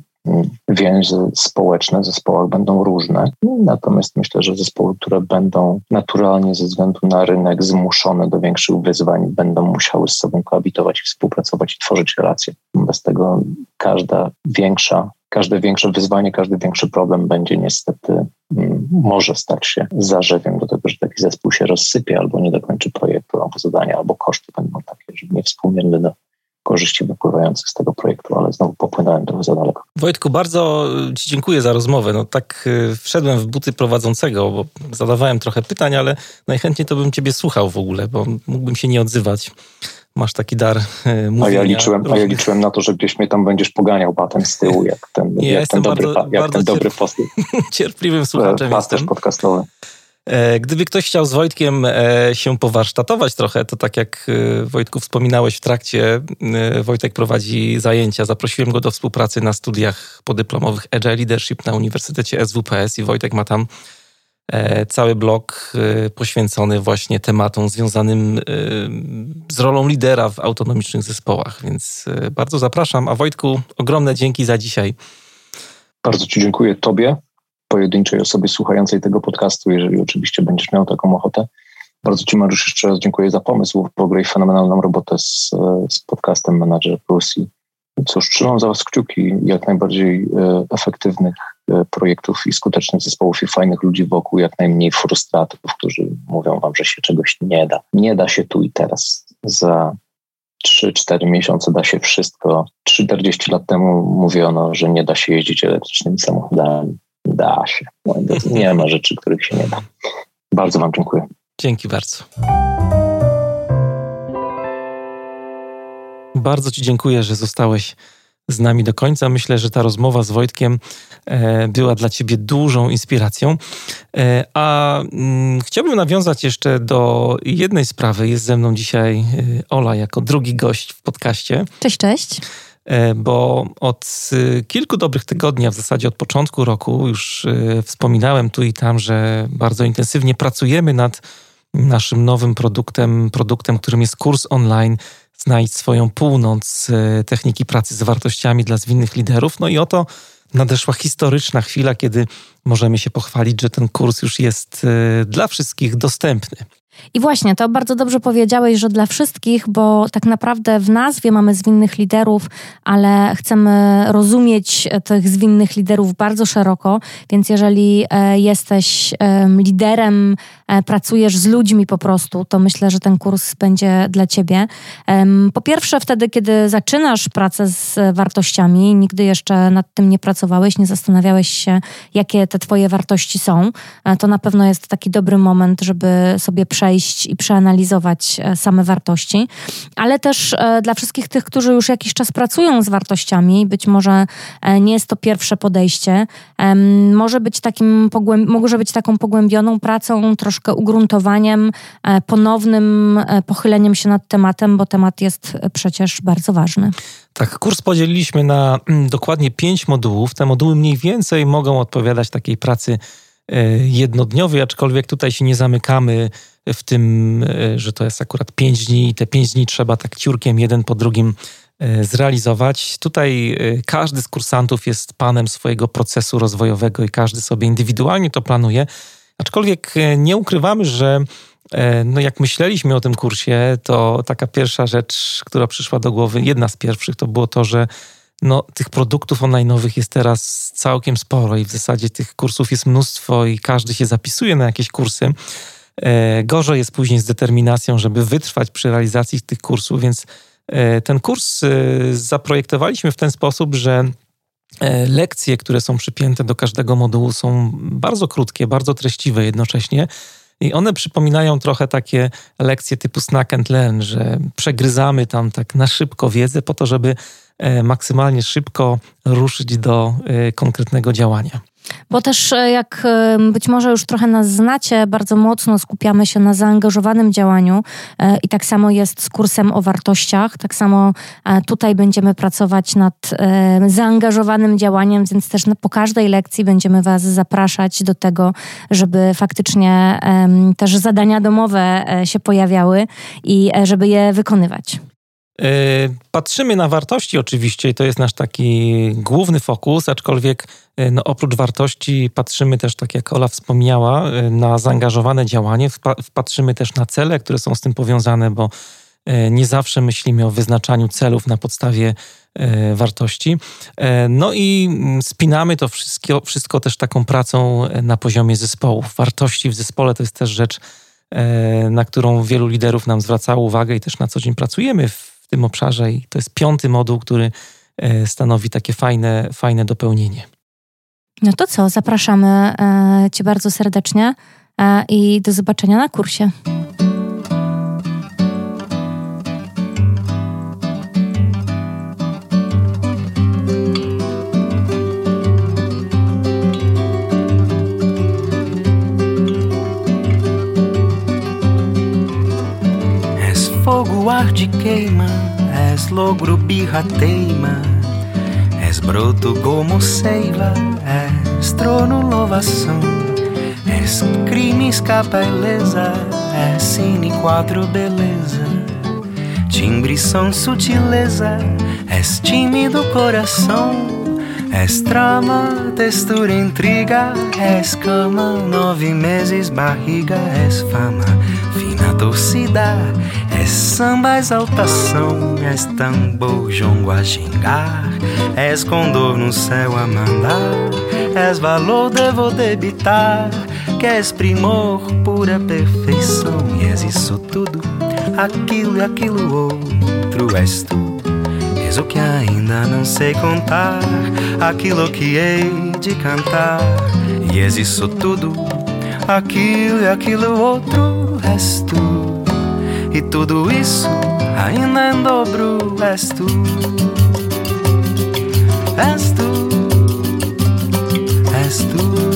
więzy społeczne w zespołach będą różne. Natomiast myślę, że zespoły, które będą naturalnie ze względu na rynek zmuszone do większych wyzwań, będą musiały z sobą koabitować i współpracować i tworzyć relacje. Bez tego każda większa Każde większe wyzwanie, każdy większy problem będzie niestety, m, może stać się zarzewiem do tego, że taki zespół się rozsypie albo nie dokończy projektu, albo zadania, albo koszty będą takie, że niewspółmierne do korzyści wypływających z tego projektu, ale znowu popłynąłem trochę za daleko. Wojtku, bardzo ci dziękuję za rozmowę. No tak y, wszedłem w buty prowadzącego, bo zadawałem trochę pytań, ale najchętniej to bym ciebie słuchał w ogóle, bo mógłbym się nie odzywać. Masz taki dar y, mówienia. A ja, liczyłem, a ja liczyłem na to, że gdzieś mnie tam będziesz poganiał batem z tyłu, jak ten, nie, jak ten dobry, bardzo, jak bardzo ten dobry cierp- post. cierpliwym słuchaczem jestem. podcastowy. Gdyby ktoś chciał z Wojtkiem się powarsztatować trochę, to tak jak Wojtku wspominałeś w trakcie, Wojtek prowadzi zajęcia. Zaprosiłem go do współpracy na studiach podyplomowych Agile Leadership na Uniwersytecie S W P S i Wojtek ma tam cały blok poświęcony właśnie tematom związanym z rolą lidera w autonomicznych zespołach, więc bardzo zapraszam. A Wojtku, ogromne dzięki za dzisiaj. Bardzo ci dziękuję tobie, pojedynczej osobie słuchającej tego podcastu, jeżeli oczywiście będziesz miał taką ochotę. Bardzo ci, Mariusz, jeszcze raz dziękuję za pomysł, w ogóle i fenomenalną robotę z, z podcastem Manager Plus. I cóż, trzymam za was kciuki jak najbardziej e, efektywnych e, projektów i skutecznych zespołów i fajnych ludzi wokół, jak najmniej frustratów, którzy mówią wam, że się czegoś nie da. Nie da się tu i teraz. Za trzy cztery miesiące da się wszystko. czterdzieści lat temu mówiono, że nie da się jeździć elektrycznymi samochodami. Da się. Nie ma rzeczy, których się nie da. Bardzo wam dziękuję. Dzięki bardzo. Bardzo ci dziękuję, że zostałeś z nami do końca. Myślę, że ta rozmowa z Wojtkiem e, była dla ciebie dużą inspiracją. E, a mm, chciałbym nawiązać jeszcze do jednej sprawy. Jest ze mną dzisiaj e, Ola jako drugi gość w podcaście. Cześć, cześć. bo od kilku dobrych tygodni, a w zasadzie od początku roku już wspominałem tu i tam, że bardzo intensywnie pracujemy nad naszym nowym produktem, produktem, którym jest kurs online Znajdź swoją północ, techniki pracy z wartościami dla zwinnych liderów. No i oto nadeszła historyczna chwila, kiedy możemy się pochwalić, że ten kurs już jest dla wszystkich dostępny. I właśnie, to bardzo dobrze powiedziałeś, że dla wszystkich, bo tak naprawdę w nazwie mamy zwinnych liderów, ale chcemy rozumieć tych zwinnych liderów bardzo szeroko, więc jeżeli jesteś liderem, pracujesz z ludźmi po prostu, to myślę, że ten kurs będzie dla ciebie. Po pierwsze wtedy, kiedy zaczynasz pracę z wartościami, nigdy jeszcze nad tym nie pracowałeś, nie zastanawiałeś się, jakie te twoje wartości są, to na pewno jest taki dobry moment, żeby sobie przejść i przeanalizować same wartości, ale też dla wszystkich tych, którzy już jakiś czas pracują z wartościami, być może nie jest to pierwsze podejście, może być takim, może być taką pogłębioną pracą, troszkę ugruntowaniem, ponownym pochyleniem się nad tematem, bo temat jest przecież bardzo ważny. Tak, kurs podzieliliśmy na dokładnie pięć modułów. Te moduły mniej więcej mogą odpowiadać takiej pracy jednodniowej, aczkolwiek tutaj się nie zamykamy w tym, że to jest akurat pięć dni i te pięć dni trzeba tak ciurkiem jeden po drugim zrealizować. Tutaj każdy z kursantów jest panem swojego procesu rozwojowego i każdy sobie indywidualnie to planuje, aczkolwiek nie ukrywamy, że no jak myśleliśmy o tym kursie, to taka pierwsza rzecz, która przyszła do głowy, jedna z pierwszych, to było to, że no, tych produktów online'owych jest teraz całkiem sporo i w zasadzie tych kursów jest mnóstwo i każdy się zapisuje na jakieś kursy. E, gorzej jest później z determinacją, żeby wytrwać przy realizacji tych kursów, więc e, ten kurs e, zaprojektowaliśmy w ten sposób, że e, lekcje, które są przypięte do każdego modułu są bardzo krótkie, bardzo treściwe jednocześnie i one przypominają trochę takie lekcje typu snack and learn, że przegryzamy tam tak na szybko wiedzę po to, żeby maksymalnie szybko ruszyć do konkretnego działania. Bo też jak być może już trochę nas znacie, bardzo mocno skupiamy się na zaangażowanym działaniu i tak samo jest z kursem o wartościach, tak samo tutaj będziemy pracować nad zaangażowanym działaniem, więc też po każdej lekcji będziemy was zapraszać do tego, żeby faktycznie też zadania domowe się pojawiały i żeby je wykonywać. Patrzymy na wartości oczywiście i to jest nasz taki główny fokus, aczkolwiek no, oprócz wartości patrzymy też, tak jak Ola wspomniała, na zaangażowane działanie, patrzymy też na cele, które są z tym powiązane, bo nie zawsze myślimy o wyznaczaniu celów na podstawie wartości. No i spinamy to wszystko, wszystko też taką pracą na poziomie zespołów. Wartości w zespole to jest też rzecz, na którą wielu liderów nam zwracało uwagę i też na co dzień pracujemy w w tym obszarze i to jest piąty moduł, który stanowi takie fajne, fajne dopełnienie. No to co, zapraszamy cię bardzo serdecznie i do zobaczenia na kursie. Fogo arde queima, és logro birra teima, és broto como seiva, és trono louvação, és crime escapa ilesa, és cine quadro beleza, timbre som sutileza, és tímido coração, és trama, textura intriga, és cama, nove meses barriga, és fama, fina torcida, és samba, exaltação, és tambor, jongo a gingar, és condor no céu a mandar, és valor, devo debitar, que és primor, pura perfeição, e és isso tudo, aquilo e aquilo outro, és tu. És o que ainda não sei contar, aquilo que hei de cantar, e és isso tudo, aquilo e aquilo outro, és tu. E tudo isso ainda em dobro, és tu. És tu, és tu.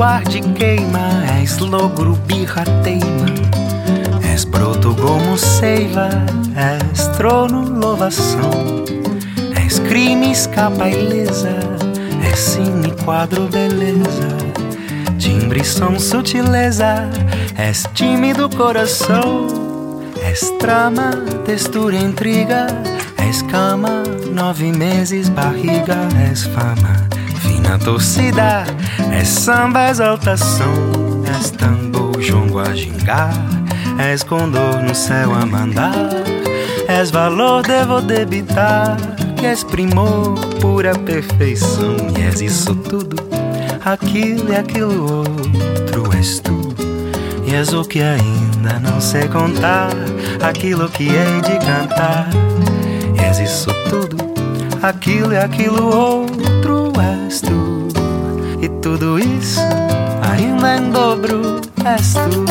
fogo, ar de queima, és logro, birra, teima, és broto, gomo, seiva, és trono, louvação, és crime, escapa ilesa, és cine, quadro, beleza, timbre, som, sutileza, és tímido coração, és trama, textura, intriga, és cama, nove meses, barriga, és fama, fina torcida, és samba, exaltação, és tambor, jongo a gingar, és condor no céu a mandar, és valor, devo debitar, que és primor, pura perfeição, e és isso tudo, aquilo e aquilo outro, és tu, e és o que ainda não sei contar, aquilo que hei de cantar, e és isso tudo, aquilo e aquilo outro, és tu, e tudo isso ainda em dobro, és tu,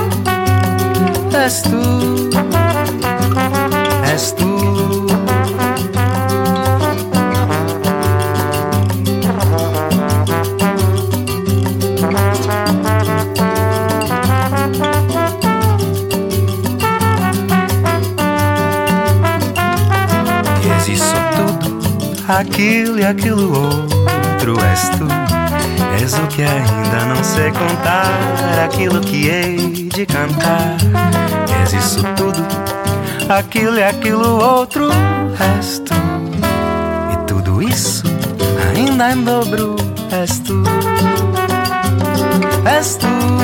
és tu, és tu. Aquilo e aquilo outro, és tu, és o que ainda não sei contar, aquilo que hei de cantar, és isso tudo, aquilo e aquilo outro, és tu, e tudo isso ainda em dobro, és tu, és tu.